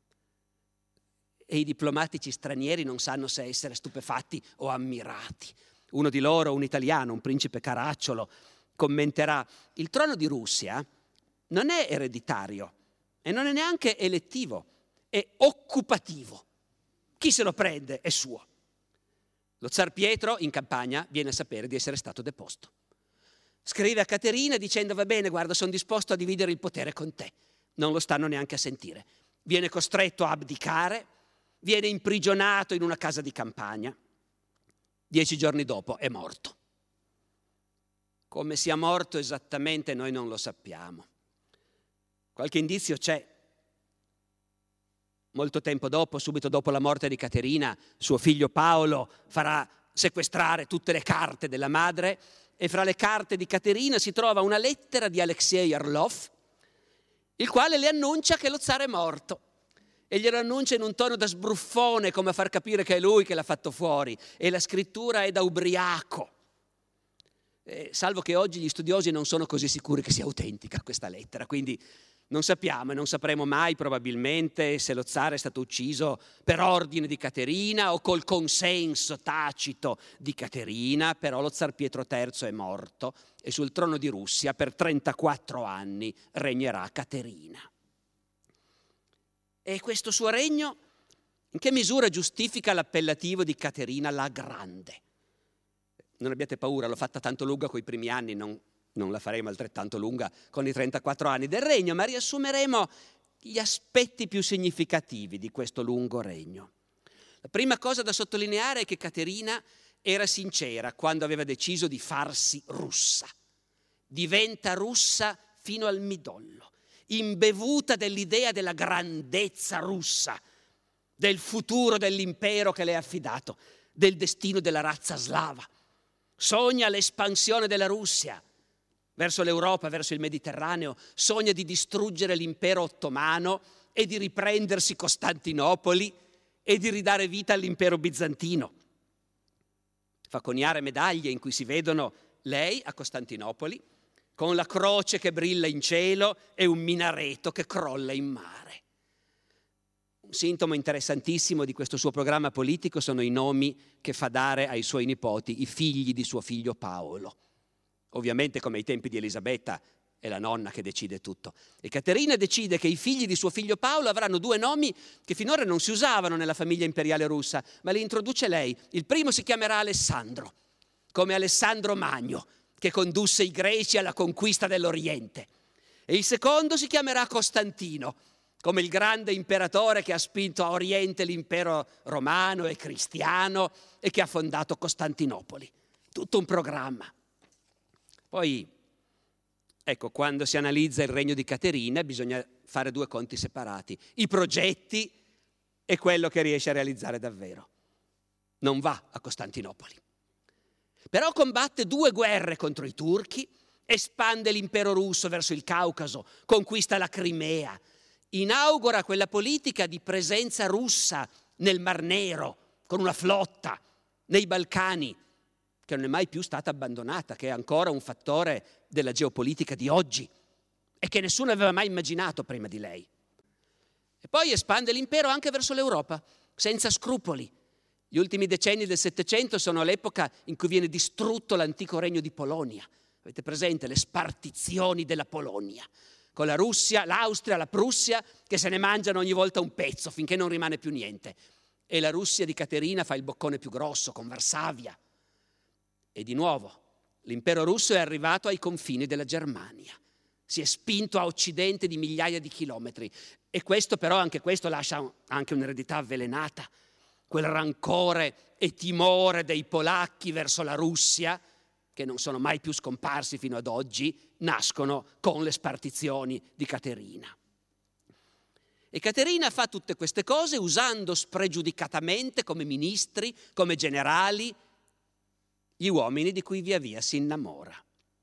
Speaker 2: E i diplomatici stranieri non sanno se essere stupefatti o ammirati. Uno di loro, un italiano, un principe caracciolo, commenterà: il trono di Russia non è ereditario e non è neanche elettivo, è occupativo. Chi se lo prende è suo. Lo zar Pietro in campagna viene a sapere di essere stato deposto. Scrive a Caterina dicendo: va bene, guarda, sono disposto a dividere il potere con te. Non lo stanno neanche a sentire. Viene costretto a abdicare, viene imprigionato in una casa di campagna. Dieci giorni dopo è morto. Come sia morto esattamente noi non lo sappiamo. Qualche indizio c'è. Molto tempo dopo, subito dopo la morte di Caterina, suo figlio Paolo farà sequestrare tutte le carte della madre e fra le carte di Caterina si trova una lettera di Alexei Orlov, il quale le annuncia che lo zar è morto. E glielo annuncia in un tono da sbruffone, come a far capire che è lui che l'ha fatto fuori. E la scrittura è da ubriaco. Eh, salvo che oggi gli studiosi non sono così sicuri che sia autentica questa lettera, quindi non sappiamo e non sapremo mai probabilmente se lo zar è stato ucciso per ordine di Caterina o col consenso tacito di Caterina, però lo zar Pietro terzo è morto e sul trono di Russia per trentaquattro anni regnerà Caterina. E questo suo regno in che misura giustifica l'appellativo di Caterina la Grande? Non abbiate paura, l'ho fatta tanto lunga coi primi anni, non, non la faremo altrettanto lunga con i trentaquattro anni del regno, ma riassumeremo gli aspetti più significativi di questo lungo regno. La prima cosa da sottolineare è che Caterina era sincera quando aveva deciso di farsi russa. Diventa russa fino al midollo, imbevuta dell'idea della grandezza russa, del futuro dell'impero che le è affidato, del destino della razza slava. Sogna l'espansione della Russia verso l'Europa, verso il Mediterraneo, sogna di distruggere l'impero ottomano e di riprendersi Costantinopoli e di ridare vita all'impero bizantino. Fa coniare medaglie in cui si vedono lei a Costantinopoli con la croce che brilla in cielo e un minareto che crolla in mare. Un sintomo interessantissimo di questo suo programma politico sono i nomi che fa dare ai suoi nipoti, i figli di suo figlio Paolo. Ovviamente, come ai tempi di Elisabetta, è la nonna che decide tutto. E Caterina decide che i figli di suo figlio Paolo avranno due nomi che finora non si usavano nella famiglia imperiale russa, ma li introduce lei. Il primo si chiamerà Alessandro, come Alessandro Magno, che condusse i greci alla conquista dell'Oriente. E il secondo si chiamerà Costantino, come il grande imperatore che ha spinto a Oriente l'impero romano e cristiano e che ha fondato Costantinopoli. Tutto un programma. Poi, ecco, quando si analizza il regno di Caterina bisogna fare due conti separati. I progetti e quello che riesce a realizzare davvero. Non va a Costantinopoli. Però combatte due guerre contro i turchi, espande l'impero russo verso il Caucaso, conquista la Crimea, inaugura quella politica di presenza russa nel Mar Nero, con una flotta, nei Balcani, che non è mai più stata abbandonata, che è ancora un fattore della geopolitica di oggi e che nessuno aveva mai immaginato prima di lei. E poi espande l'impero anche verso l'Europa, senza scrupoli. Gli ultimi decenni del Settecento sono l'epoca in cui viene distrutto l'antico regno di Polonia. Avete presente le spartizioni della Polonia? Con la Russia, l'Austria, la Prussia, che se ne mangiano ogni volta un pezzo finché non rimane più niente. E la Russia di Caterina fa il boccone più grosso con Varsavia. E di nuovo, l'impero russo è arrivato ai confini della Germania. Si è spinto a occidente di migliaia di chilometri. E questo però, anche questo, lascia anche un'eredità avvelenata. Quel rancore e timore dei polacchi verso la Russia, che non sono mai più scomparsi fino ad oggi, nascono con le spartizioni di Caterina. E Caterina fa tutte queste cose usando spregiudicatamente come ministri, come generali, gli uomini di cui via via si innamora.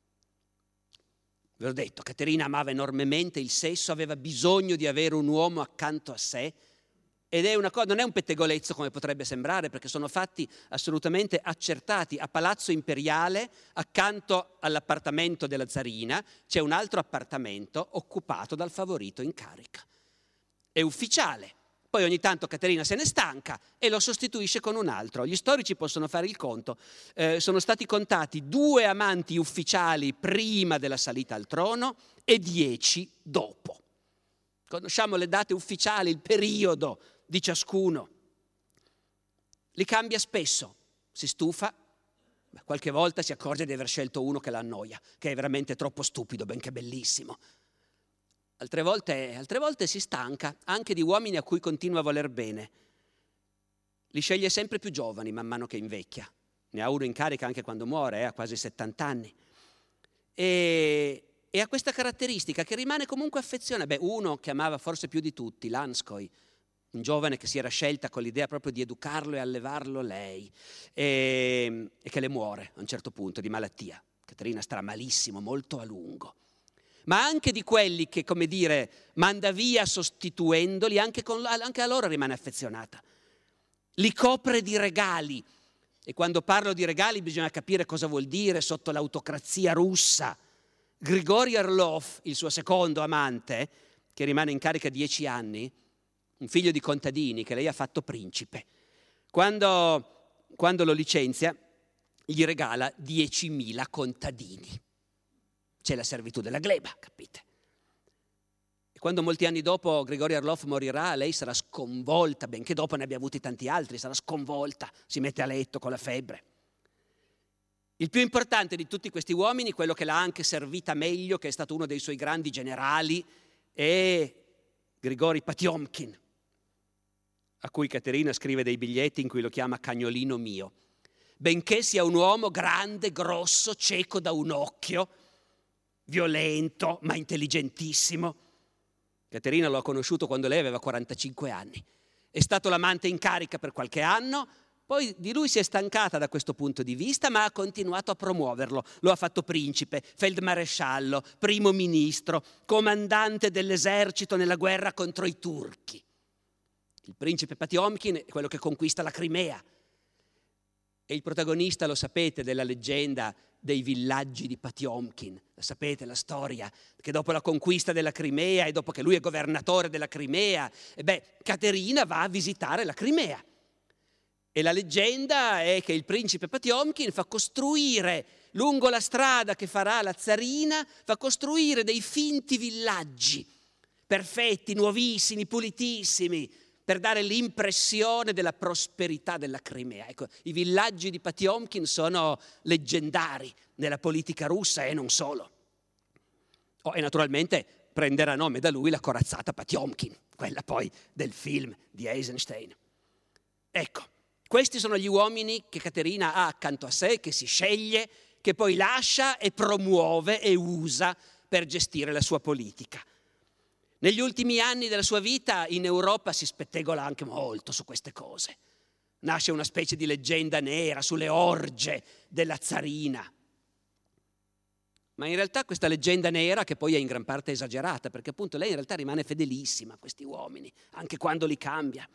Speaker 2: Vi ho detto, Caterina amava enormemente il sesso, aveva bisogno di avere un uomo accanto a sé Ed è una cosa, non è un pettegolezzo come potrebbe sembrare, perché sono fatti assolutamente accertati. A Palazzo Imperiale, accanto all'appartamento della zarina, c'è un altro appartamento occupato dal favorito in carica. È ufficiale. Poi ogni tanto Caterina se ne stanca e lo sostituisce con un altro. Gli storici possono fare il conto. Eh, sono stati contati due amanti ufficiali prima della salita al trono e dieci dopo. Conosciamo le date ufficiali, il periodo di ciascuno. Li cambia spesso, si stufa, beh, qualche volta si accorge di aver scelto uno che la annoia, che è veramente troppo stupido, benché bellissimo. Altre volte, altre volte si stanca anche di uomini a cui continua a voler bene. Li sceglie sempre più giovani man mano che invecchia. Ne ha uno in carica anche quando muore, eh, ha quasi settanta anni. E, e ha questa caratteristica che rimane comunque affezionata. Beh, uno che amava forse più di tutti, Lanskoi, un giovane che si era scelta con l'idea proprio di educarlo e allevarlo lei, e, e che le muore a un certo punto di malattia. Caterina starà malissimo, molto a lungo. Ma anche di quelli che, come dire, manda via sostituendoli, anche, con, anche a loro rimane affezionata. Li copre di regali. E quando parlo di regali bisogna capire cosa vuol dire sotto l'autocrazia russa. Grigorij Orlov, il suo secondo amante, che rimane in carica dieci anni, un figlio di contadini che lei ha fatto principe, quando, quando lo licenzia gli regala diecimila contadini. C'è la servitù della gleba, capite? E quando molti anni dopo Grigorij Orlov morirà, lei sarà sconvolta, benché dopo ne abbia avuti tanti altri, sarà sconvolta, si mette a letto con la febbre. Il più importante di tutti questi uomini, quello che l'ha anche servita meglio, che è stato uno dei suoi grandi generali, è Grigorij Patiomkin, a cui Caterina scrive dei biglietti in cui lo chiama cagnolino mio. Benché sia un uomo grande, grosso, cieco da un occhio, violento, ma intelligentissimo. Caterina lo ha conosciuto quando lei aveva quarantacinque anni. È stato l'amante in carica per qualche anno, poi di lui si è stancata da questo punto di vista, ma ha continuato a promuoverlo. Lo ha fatto principe, feldmaresciallo, primo ministro, comandante dell'esercito nella guerra contro i turchi. Il principe Patiomkin è quello che conquista la Crimea. E il protagonista, lo sapete, della leggenda dei villaggi di Patiomkin. La sapete la storia, che dopo la conquista della Crimea e dopo che lui è governatore della Crimea, e beh, Caterina va a visitare la Crimea. E la leggenda è che il principe Patiomkin fa costruire, lungo la strada che farà la zarina, fa costruire dei finti villaggi, perfetti, nuovissimi, pulitissimi, per dare l'impressione della prosperità della Crimea. Ecco, i villaggi di Patiomkin sono leggendari nella politica russa e non solo. Oh, e naturalmente prenderà nome da lui la corazzata Patiomkin, quella poi del film di Eisenstein. Ecco, questi sono gli uomini che Caterina ha accanto a sé, che si sceglie, che poi lascia e promuove e usa per gestire la sua politica. Negli ultimi anni della sua vita in Europa si spettegola anche molto su queste cose. Nasce una specie di leggenda nera sulle orge della zarina. Ma in realtà questa leggenda nera, che poi è in gran parte esagerata, perché appunto lei in realtà rimane fedelissima a questi uomini, anche quando li cambia.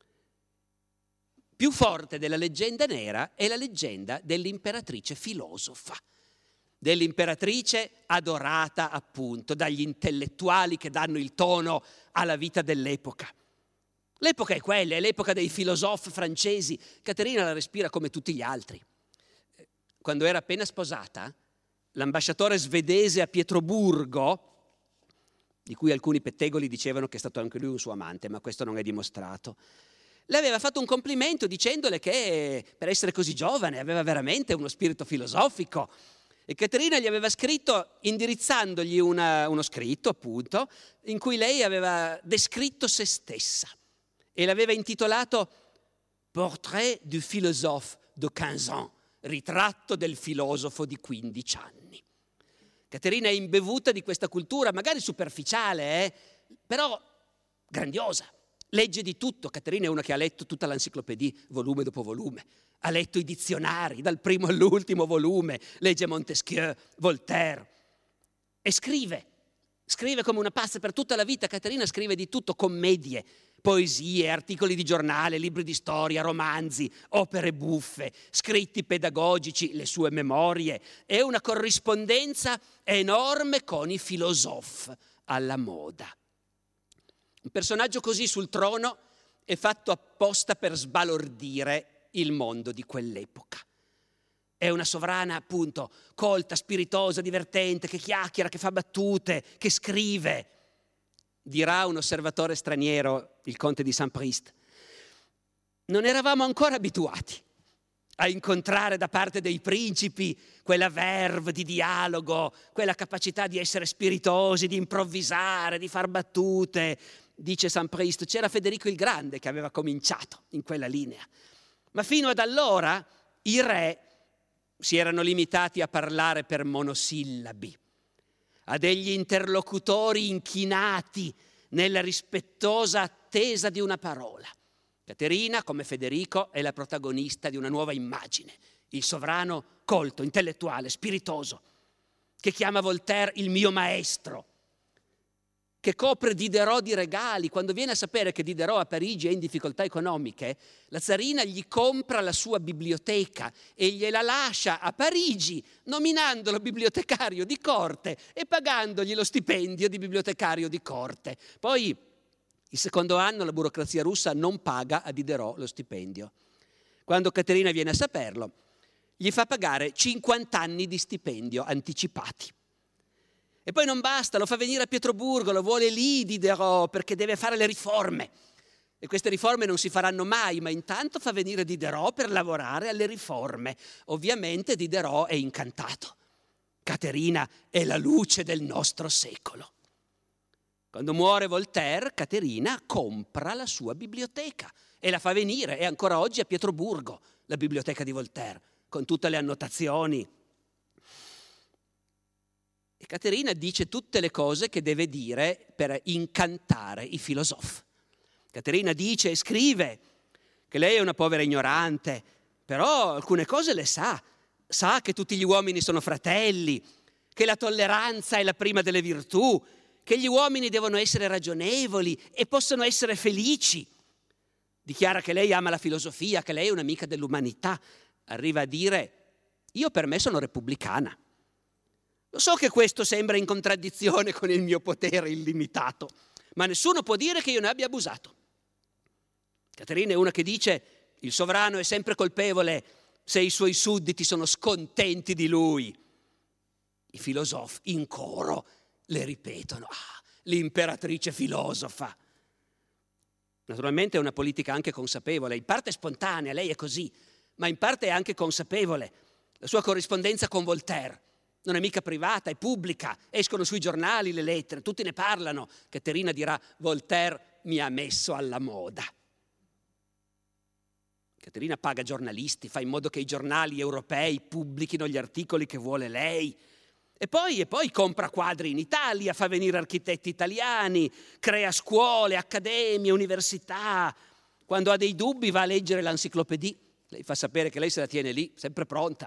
Speaker 2: Più forte della leggenda nera è la leggenda dell'imperatrice filosofa, dell'imperatrice adorata appunto dagli intellettuali che danno il tono alla vita dell'epoca. L'epoca è quella, è l'epoca dei filosofi francesi. Caterina la respira come tutti gli altri. Quando era appena sposata, l'ambasciatore svedese a Pietroburgo, di cui alcuni pettegoli dicevano che è stato anche lui un suo amante, ma questo non è dimostrato, le aveva fatto un complimento dicendole che per essere così giovane aveva veramente uno spirito filosofico. E Caterina gli aveva scritto, indirizzandogli una, uno scritto, appunto, in cui lei aveva descritto se stessa e l'aveva intitolato Portrait du philosophe de quinze ans, ritratto del filosofo di quindici anni. Caterina è imbevuta di questa cultura, magari superficiale, eh? Però grandiosa. Legge di tutto. Caterina è una che ha letto tutta l'enciclopedia, volume dopo volume. Ha letto i dizionari, dal primo all'ultimo volume, legge Montesquieu, Voltaire. E scrive, scrive come una pazza per tutta la vita. Caterina scrive di tutto, commedie, poesie, articoli di giornale, libri di storia, romanzi, opere buffe, scritti pedagogici, le sue memorie e una corrispondenza enorme con i filosofi alla moda. Un personaggio così sul trono è fatto apposta per sbalordire il mondo di quell'epoca. È una sovrana, appunto, colta, spiritosa, divertente, che chiacchiera, che fa battute, che scrive. Dirà un osservatore straniero, il conte di Saint-Priest, non eravamo ancora abituati a incontrare da parte dei principi quella verve di dialogo, quella capacità di essere spiritosi, di improvvisare, di far battute. Dice Saint-Priest, c'era Federico il Grande che aveva cominciato in quella linea. Ma fino ad allora i re si erano limitati a parlare per monosillabi, a degli interlocutori inchinati nella rispettosa attesa di una parola. Caterina, come Federico, è la protagonista di una nuova immagine, il sovrano colto, intellettuale, spiritoso, che chiama Voltaire il mio maestro, che copre Diderot di regali. Quando viene a sapere che Diderot a Parigi è in difficoltà economiche, la zarina gli compra la sua biblioteca e gliela lascia a Parigi, nominandolo bibliotecario di corte e pagandogli lo stipendio di bibliotecario di corte. Poi, il secondo anno, la burocrazia russa non paga a Diderot lo stipendio. Quando Caterina viene a saperlo, gli fa pagare cinquanta anni di stipendio anticipati. E poi non basta, lo fa venire a Pietroburgo, lo vuole lì Diderot perché deve fare le riforme. E queste riforme non si faranno mai, ma intanto fa venire Diderot per lavorare alle riforme. Ovviamente Diderot è incantato. Caterina è la luce del nostro secolo. Quando muore Voltaire, Caterina compra la sua biblioteca e la fa venire. È ancora oggi a Pietroburgo la biblioteca di Voltaire, con tutte le annotazioni. E Caterina dice tutte le cose che deve dire per incantare i filosofi. Caterina dice e scrive che lei è una povera ignorante, però alcune cose le sa. Sa che tutti gli uomini sono fratelli, che la tolleranza è la prima delle virtù, che gli uomini devono essere ragionevoli e possono essere felici. Dichiara che lei ama la filosofia, che lei è un'amica dell'umanità. Arriva a dire, io per me sono repubblicana. Lo so che questo sembra in contraddizione con il mio potere illimitato, ma nessuno può dire che io ne abbia abusato. Caterina è una che dice, il sovrano è sempre colpevole se i suoi sudditi sono scontenti di lui. I filosofi in coro le ripetono, ah, l'imperatrice filosofa. Naturalmente è una politica anche consapevole, in parte spontanea, lei è così, ma in parte è anche consapevole. La sua corrispondenza con Voltaire non è mica privata, è pubblica, escono sui giornali le lettere, tutti ne parlano. Caterina dirà, Voltaire mi ha messo alla moda. Caterina paga giornalisti, fa in modo che i giornali europei pubblichino gli articoli che vuole lei. E poi, e poi compra quadri in Italia, fa venire architetti italiani, crea scuole, accademie, università. Quando ha dei dubbi va a leggere l'enciclopedia. Lei fa sapere che lei se la tiene lì, sempre pronta.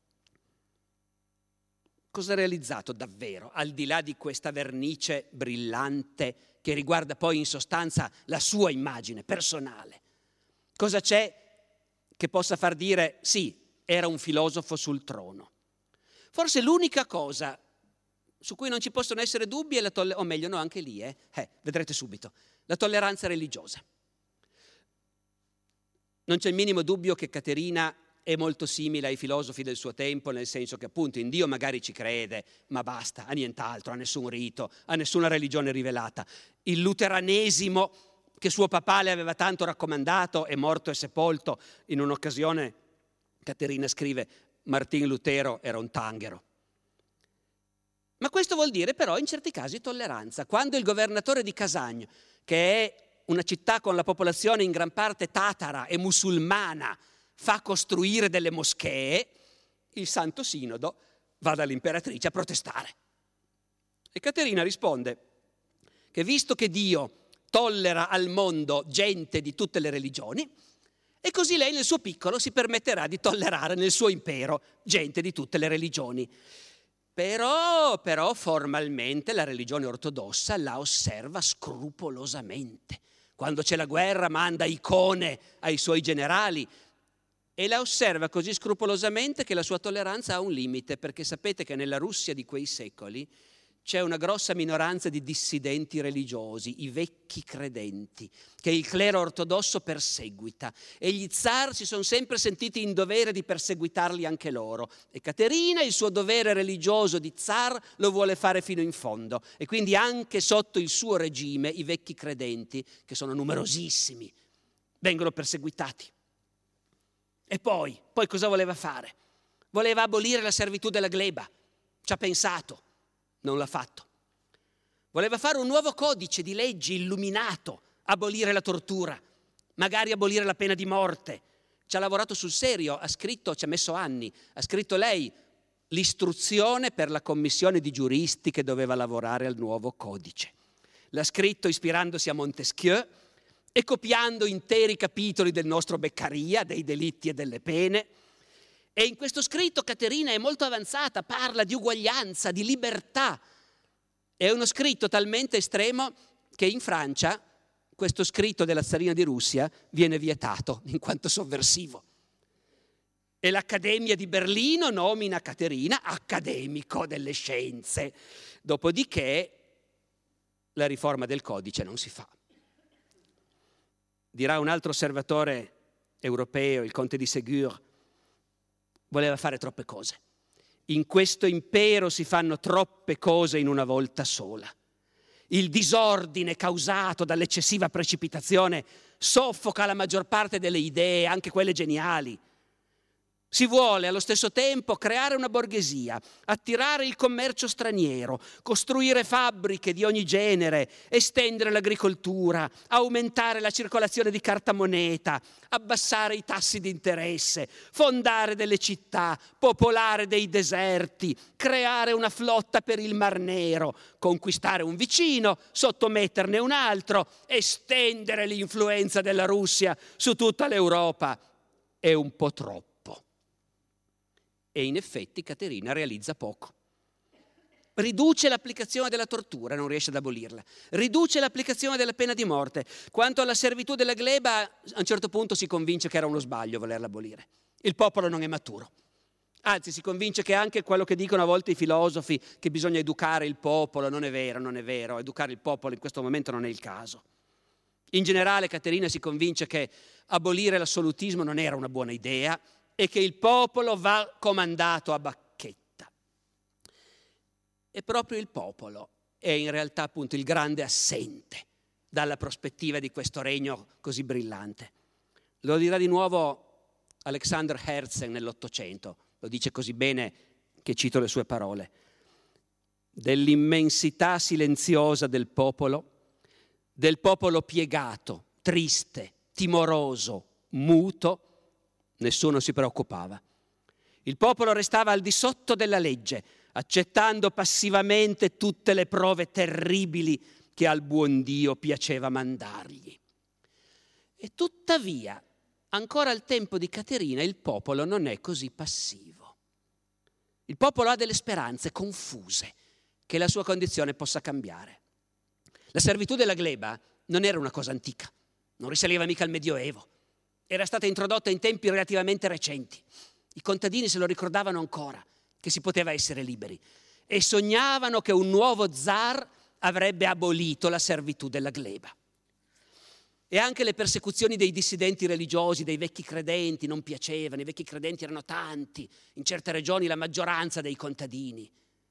Speaker 2: Cosa ha realizzato davvero, al di là di questa vernice brillante che riguarda poi in sostanza la sua immagine personale? Cosa c'è che possa far dire sì, era un filosofo sul trono? Forse l'unica cosa su cui non ci possono essere dubbi è la tolleranza, o meglio no, anche lì, eh, eh, vedrete subito, la tolleranza religiosa. Non c'è il minimo dubbio che Caterina è molto simile ai filosofi del suo tempo, nel senso che appunto in Dio magari ci crede, ma basta, a nient'altro, a nessun rito, a nessuna religione rivelata. Il luteranesimo che suo papà le aveva tanto raccomandato è morto e sepolto. In un'occasione Caterina scrive, Martin Lutero era un tanghero. Ma questo vuol dire però in certi casi tolleranza. Quando il governatore di Casagno, che è una città con la popolazione in gran parte tatara e musulmana, fa costruire delle moschee, il Santo Sinodo va dall'imperatrice a protestare. E Caterina risponde che visto che Dio tollera al mondo gente di tutte le religioni, e così lei nel suo piccolo si permetterà di tollerare nel suo impero gente di tutte le religioni. Però, però formalmente la religione ortodossa la osserva scrupolosamente. Quando c'è la guerra manda icone ai suoi generali e la osserva così scrupolosamente che la sua tolleranza ha un limite, perché sapete che nella Russia di quei secoli c'è una grossa minoranza di dissidenti religiosi, i vecchi credenti, che il clero ortodosso perseguita e gli zar si sono sempre sentiti in dovere di perseguitarli anche loro. E Caterina il suo dovere religioso di zar lo vuole fare fino in fondo e quindi anche sotto il suo regime i vecchi credenti, che sono numerosissimi, vengono perseguitati. E poi, poi cosa voleva fare? Voleva abolire la servitù della gleba, ci ha pensato. Non l'ha fatto. Voleva fare un nuovo codice di leggi illuminato, abolire la tortura, magari abolire la pena di morte. Ci ha lavorato sul serio, ha scritto, ci ha messo anni, ha scritto lei l'istruzione per la commissione di giuristi che doveva lavorare al nuovo codice. L'ha scritto ispirandosi a Montesquieu e copiando interi capitoli del nostro Beccaria, dei delitti e delle pene. E in questo scritto Caterina è molto avanzata, parla di uguaglianza, di libertà. È uno scritto talmente estremo che in Francia questo scritto della zarina di Russia viene vietato in quanto sovversivo. E l'Accademia di Berlino nomina Caterina accademico delle scienze. Dopodiché la riforma del codice non si fa. Dirà un altro osservatore europeo, il conte di Ségur, voleva fare troppe cose. In questo impero si fanno troppe cose in una volta sola. Il disordine causato dall'eccessiva precipitazione soffoca la maggior parte delle idee, anche quelle geniali. Si vuole allo stesso tempo creare una borghesia, attirare il commercio straniero, costruire fabbriche di ogni genere, estendere l'agricoltura, aumentare la circolazione di carta moneta, abbassare i tassi di interesse, fondare delle città, popolare dei deserti, creare una flotta per il Mar Nero, conquistare un vicino, sottometterne un altro, estendere l'influenza della Russia su tutta l'Europa. È un po' troppo. E in effetti Caterina realizza poco. Riduce l'applicazione della tortura, non riesce ad abolirla. Riduce l'applicazione della pena di morte. Quanto alla servitù della gleba, a un certo punto si convince che era uno sbaglio volerla abolire. Il popolo non è maturo. Anzi, si convince che anche quello che dicono a volte i filosofi, che bisogna educare il popolo, non è vero, non è vero. Educare il popolo in questo momento non è il caso. In generale Caterina si convince che abolire l'assolutismo non era una buona idea e che il popolo va comandato a bacchetta. E proprio il popolo è in realtà appunto il grande assente dalla prospettiva di questo regno così brillante. Lo dirà di nuovo Alexander Herzen nell'Ottocento, lo dice così bene che cito le sue parole. Dell'immensità silenziosa del popolo, del popolo piegato, triste, timoroso, muto, nessuno si preoccupava. Il popolo restava al di sotto della legge, accettando passivamente tutte le prove terribili che al buon Dio piaceva mandargli. E tuttavia, ancora al tempo di Caterina, il popolo non è così passivo. Il popolo ha delle speranze confuse che la sua condizione possa cambiare. La servitù della gleba non era una cosa antica, non risaliva mica al Medioevo. Era stata introdotta in tempi relativamente recenti. I contadini se lo ricordavano ancora, che si poteva essere liberi, e sognavano che un nuovo zar avrebbe abolito la servitù della gleba. E anche le persecuzioni dei dissidenti religiosi, dei vecchi credenti, non piacevano. I vecchi credenti erano tanti, in certe regioni la maggioranza dei contadini.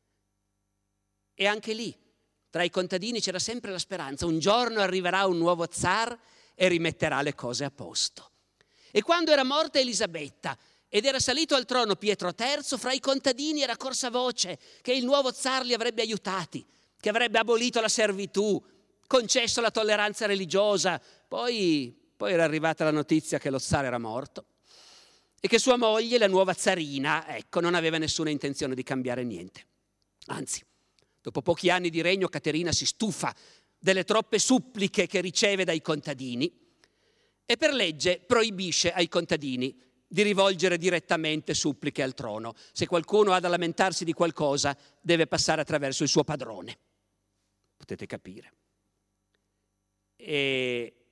Speaker 2: E anche lì, tra i contadini c'era sempre la speranza, un giorno arriverà un nuovo zar e rimetterà le cose a posto. E quando era morta Elisabetta ed era salito al trono Pietro terzo, fra i contadini era corsa voce che il nuovo zar li avrebbe aiutati, che avrebbe abolito la servitù, concesso la tolleranza religiosa. Poi, poi era arrivata la notizia che lo zar era morto e che sua moglie, la nuova zarina, ecco, non aveva nessuna intenzione di cambiare niente. Anzi, dopo pochi anni di regno Caterina si stufa delle troppe suppliche che riceve dai contadini e per legge proibisce ai contadini di rivolgere direttamente suppliche al trono. Se qualcuno ha da lamentarsi di qualcosa, deve passare attraverso il suo padrone. Potete capire. E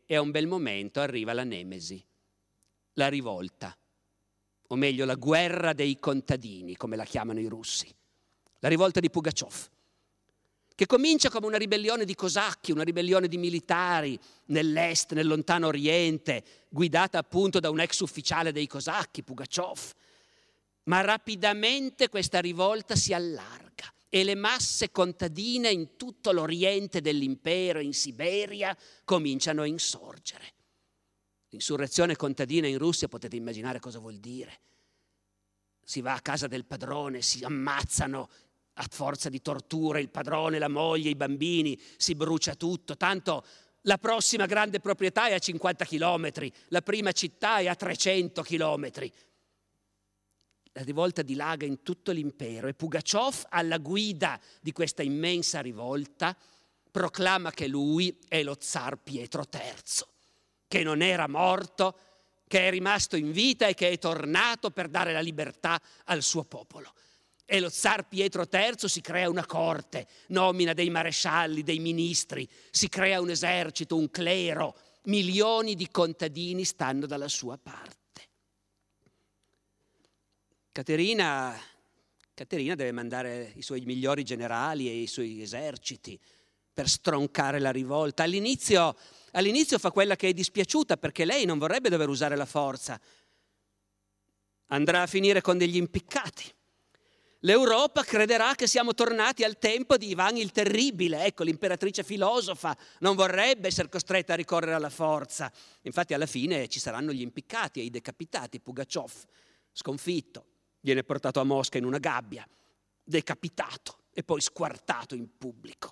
Speaker 2: e a un bel momento arriva la nemesi, la rivolta, o meglio la guerra dei contadini, come la chiamano i russi, la rivolta di Pugačov, che comincia come una ribellione di cosacchi, una ribellione di militari nell'est, nel lontano oriente, guidata appunto da un ex ufficiale dei cosacchi, Pugačov. Ma rapidamente questa rivolta si allarga e le masse contadine in tutto l'oriente dell'impero, in Siberia, cominciano a insorgere. L'insurrezione contadina in Russia, potete immaginare cosa vuol dire. Si va a casa del padrone, si ammazzano a forza di torture il padrone, la moglie, i bambini, si brucia tutto, tanto la prossima grande proprietà è a cinquanta chilometri, la prima città è a trecento chilometri. La rivolta dilaga in tutto l'impero e Pugačov, alla guida di questa immensa rivolta, proclama che lui è lo zar Pietro terzo, che non era morto, che è rimasto in vita e che è tornato per dare la libertà al suo popolo. E lo zar Pietro terzo si crea una corte, nomina dei marescialli, dei ministri, si crea un esercito, un clero, milioni di contadini stanno dalla sua parte. Caterina, Caterina deve mandare i suoi migliori generali e i suoi eserciti per stroncare la rivolta. All'inizio, all'inizio fa quella che è dispiaciuta perché lei non vorrebbe dover usare la forza. Andrà a finire con degli impiccati. L'Europa crederà che siamo tornati al tempo di Ivan il Terribile. Ecco, l'imperatrice filosofa non vorrebbe essere costretta a ricorrere alla forza. Infatti alla fine ci saranno gli impiccati e i decapitati. Pugačov, sconfitto, viene portato a Mosca in una gabbia, decapitato e poi squartato in pubblico.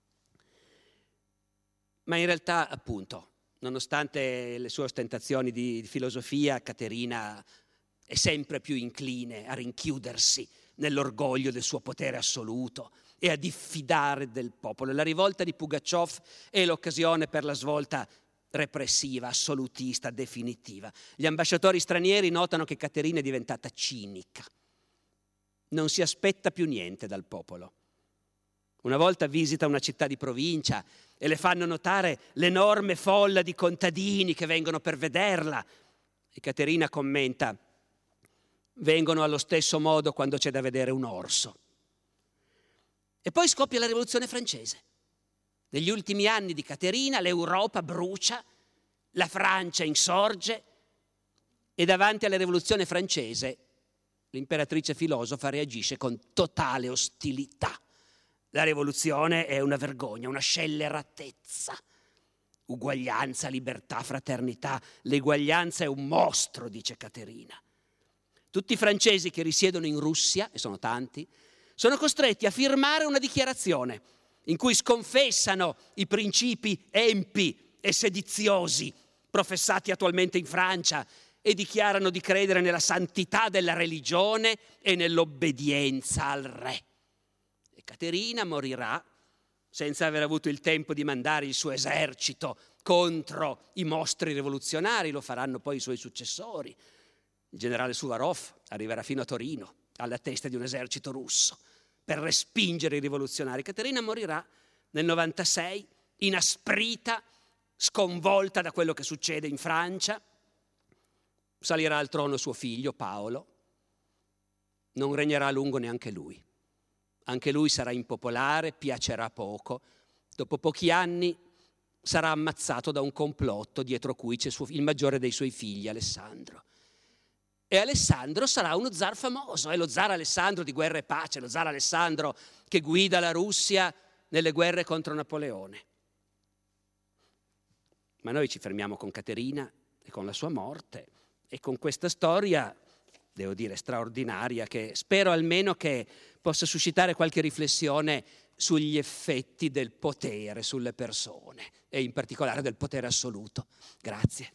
Speaker 2: Ma in realtà, appunto, nonostante le sue ostentazioni di filosofia, Caterina è sempre più incline a rinchiudersi nell'orgoglio del suo potere assoluto e a diffidare del popolo. La rivolta di Pugačov è l'occasione per la svolta repressiva, assolutista, definitiva. Gli ambasciatori stranieri notano che Caterina è diventata cinica. Non si aspetta più niente dal popolo. Una volta visita una città di provincia e le fanno notare l'enorme folla di contadini che vengono per vederla. E Caterina commenta: vengono allo stesso modo quando c'è da vedere un orso. E poi scoppia la rivoluzione francese. Negli ultimi anni di Caterina l'Europa brucia, la Francia insorge e davanti alla rivoluzione francese l'imperatrice filosofa reagisce con totale ostilità. La rivoluzione è una vergogna, una scelleratezza. Uguaglianza, libertà, fraternità. L'eguaglianza è un mostro, dice Caterina. Tutti i francesi che risiedono in Russia, e sono tanti, sono costretti a firmare una dichiarazione in cui sconfessano i principi empi e sediziosi professati attualmente in Francia e dichiarano di credere nella santità della religione e nell'obbedienza al re. E Caterina morirà senza aver avuto il tempo di mandare il suo esercito contro i mostri rivoluzionari. Lo faranno poi i suoi successori. Il generale Suvarov arriverà fino a Torino alla testa di un esercito russo per respingere i rivoluzionari. Caterina morirà nel novantasei, inasprita, sconvolta da quello che succede in Francia. Salirà al trono suo figlio Paolo. Non regnerà a lungo neanche lui. Anche lui sarà impopolare, piacerà poco. Dopo pochi anni sarà ammazzato da un complotto dietro cui c'è suo, il maggiore dei suoi figli, Alessandro. E Alessandro sarà uno zar famoso, è lo zar Alessandro di Guerra e Pace, lo zar Alessandro che guida la Russia nelle guerre contro Napoleone. Ma noi ci fermiamo con Caterina e con la sua morte e con questa storia, devo dire, straordinaria, che spero almeno che possa suscitare qualche riflessione sugli effetti del potere sulle persone e in particolare del potere assoluto. Grazie.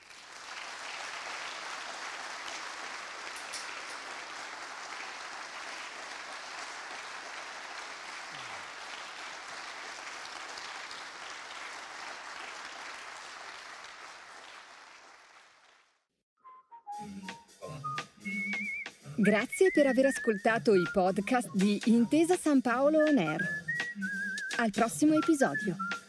Speaker 1: Grazie per aver ascoltato i podcast di Intesa San Paolo On Air. Al prossimo episodio.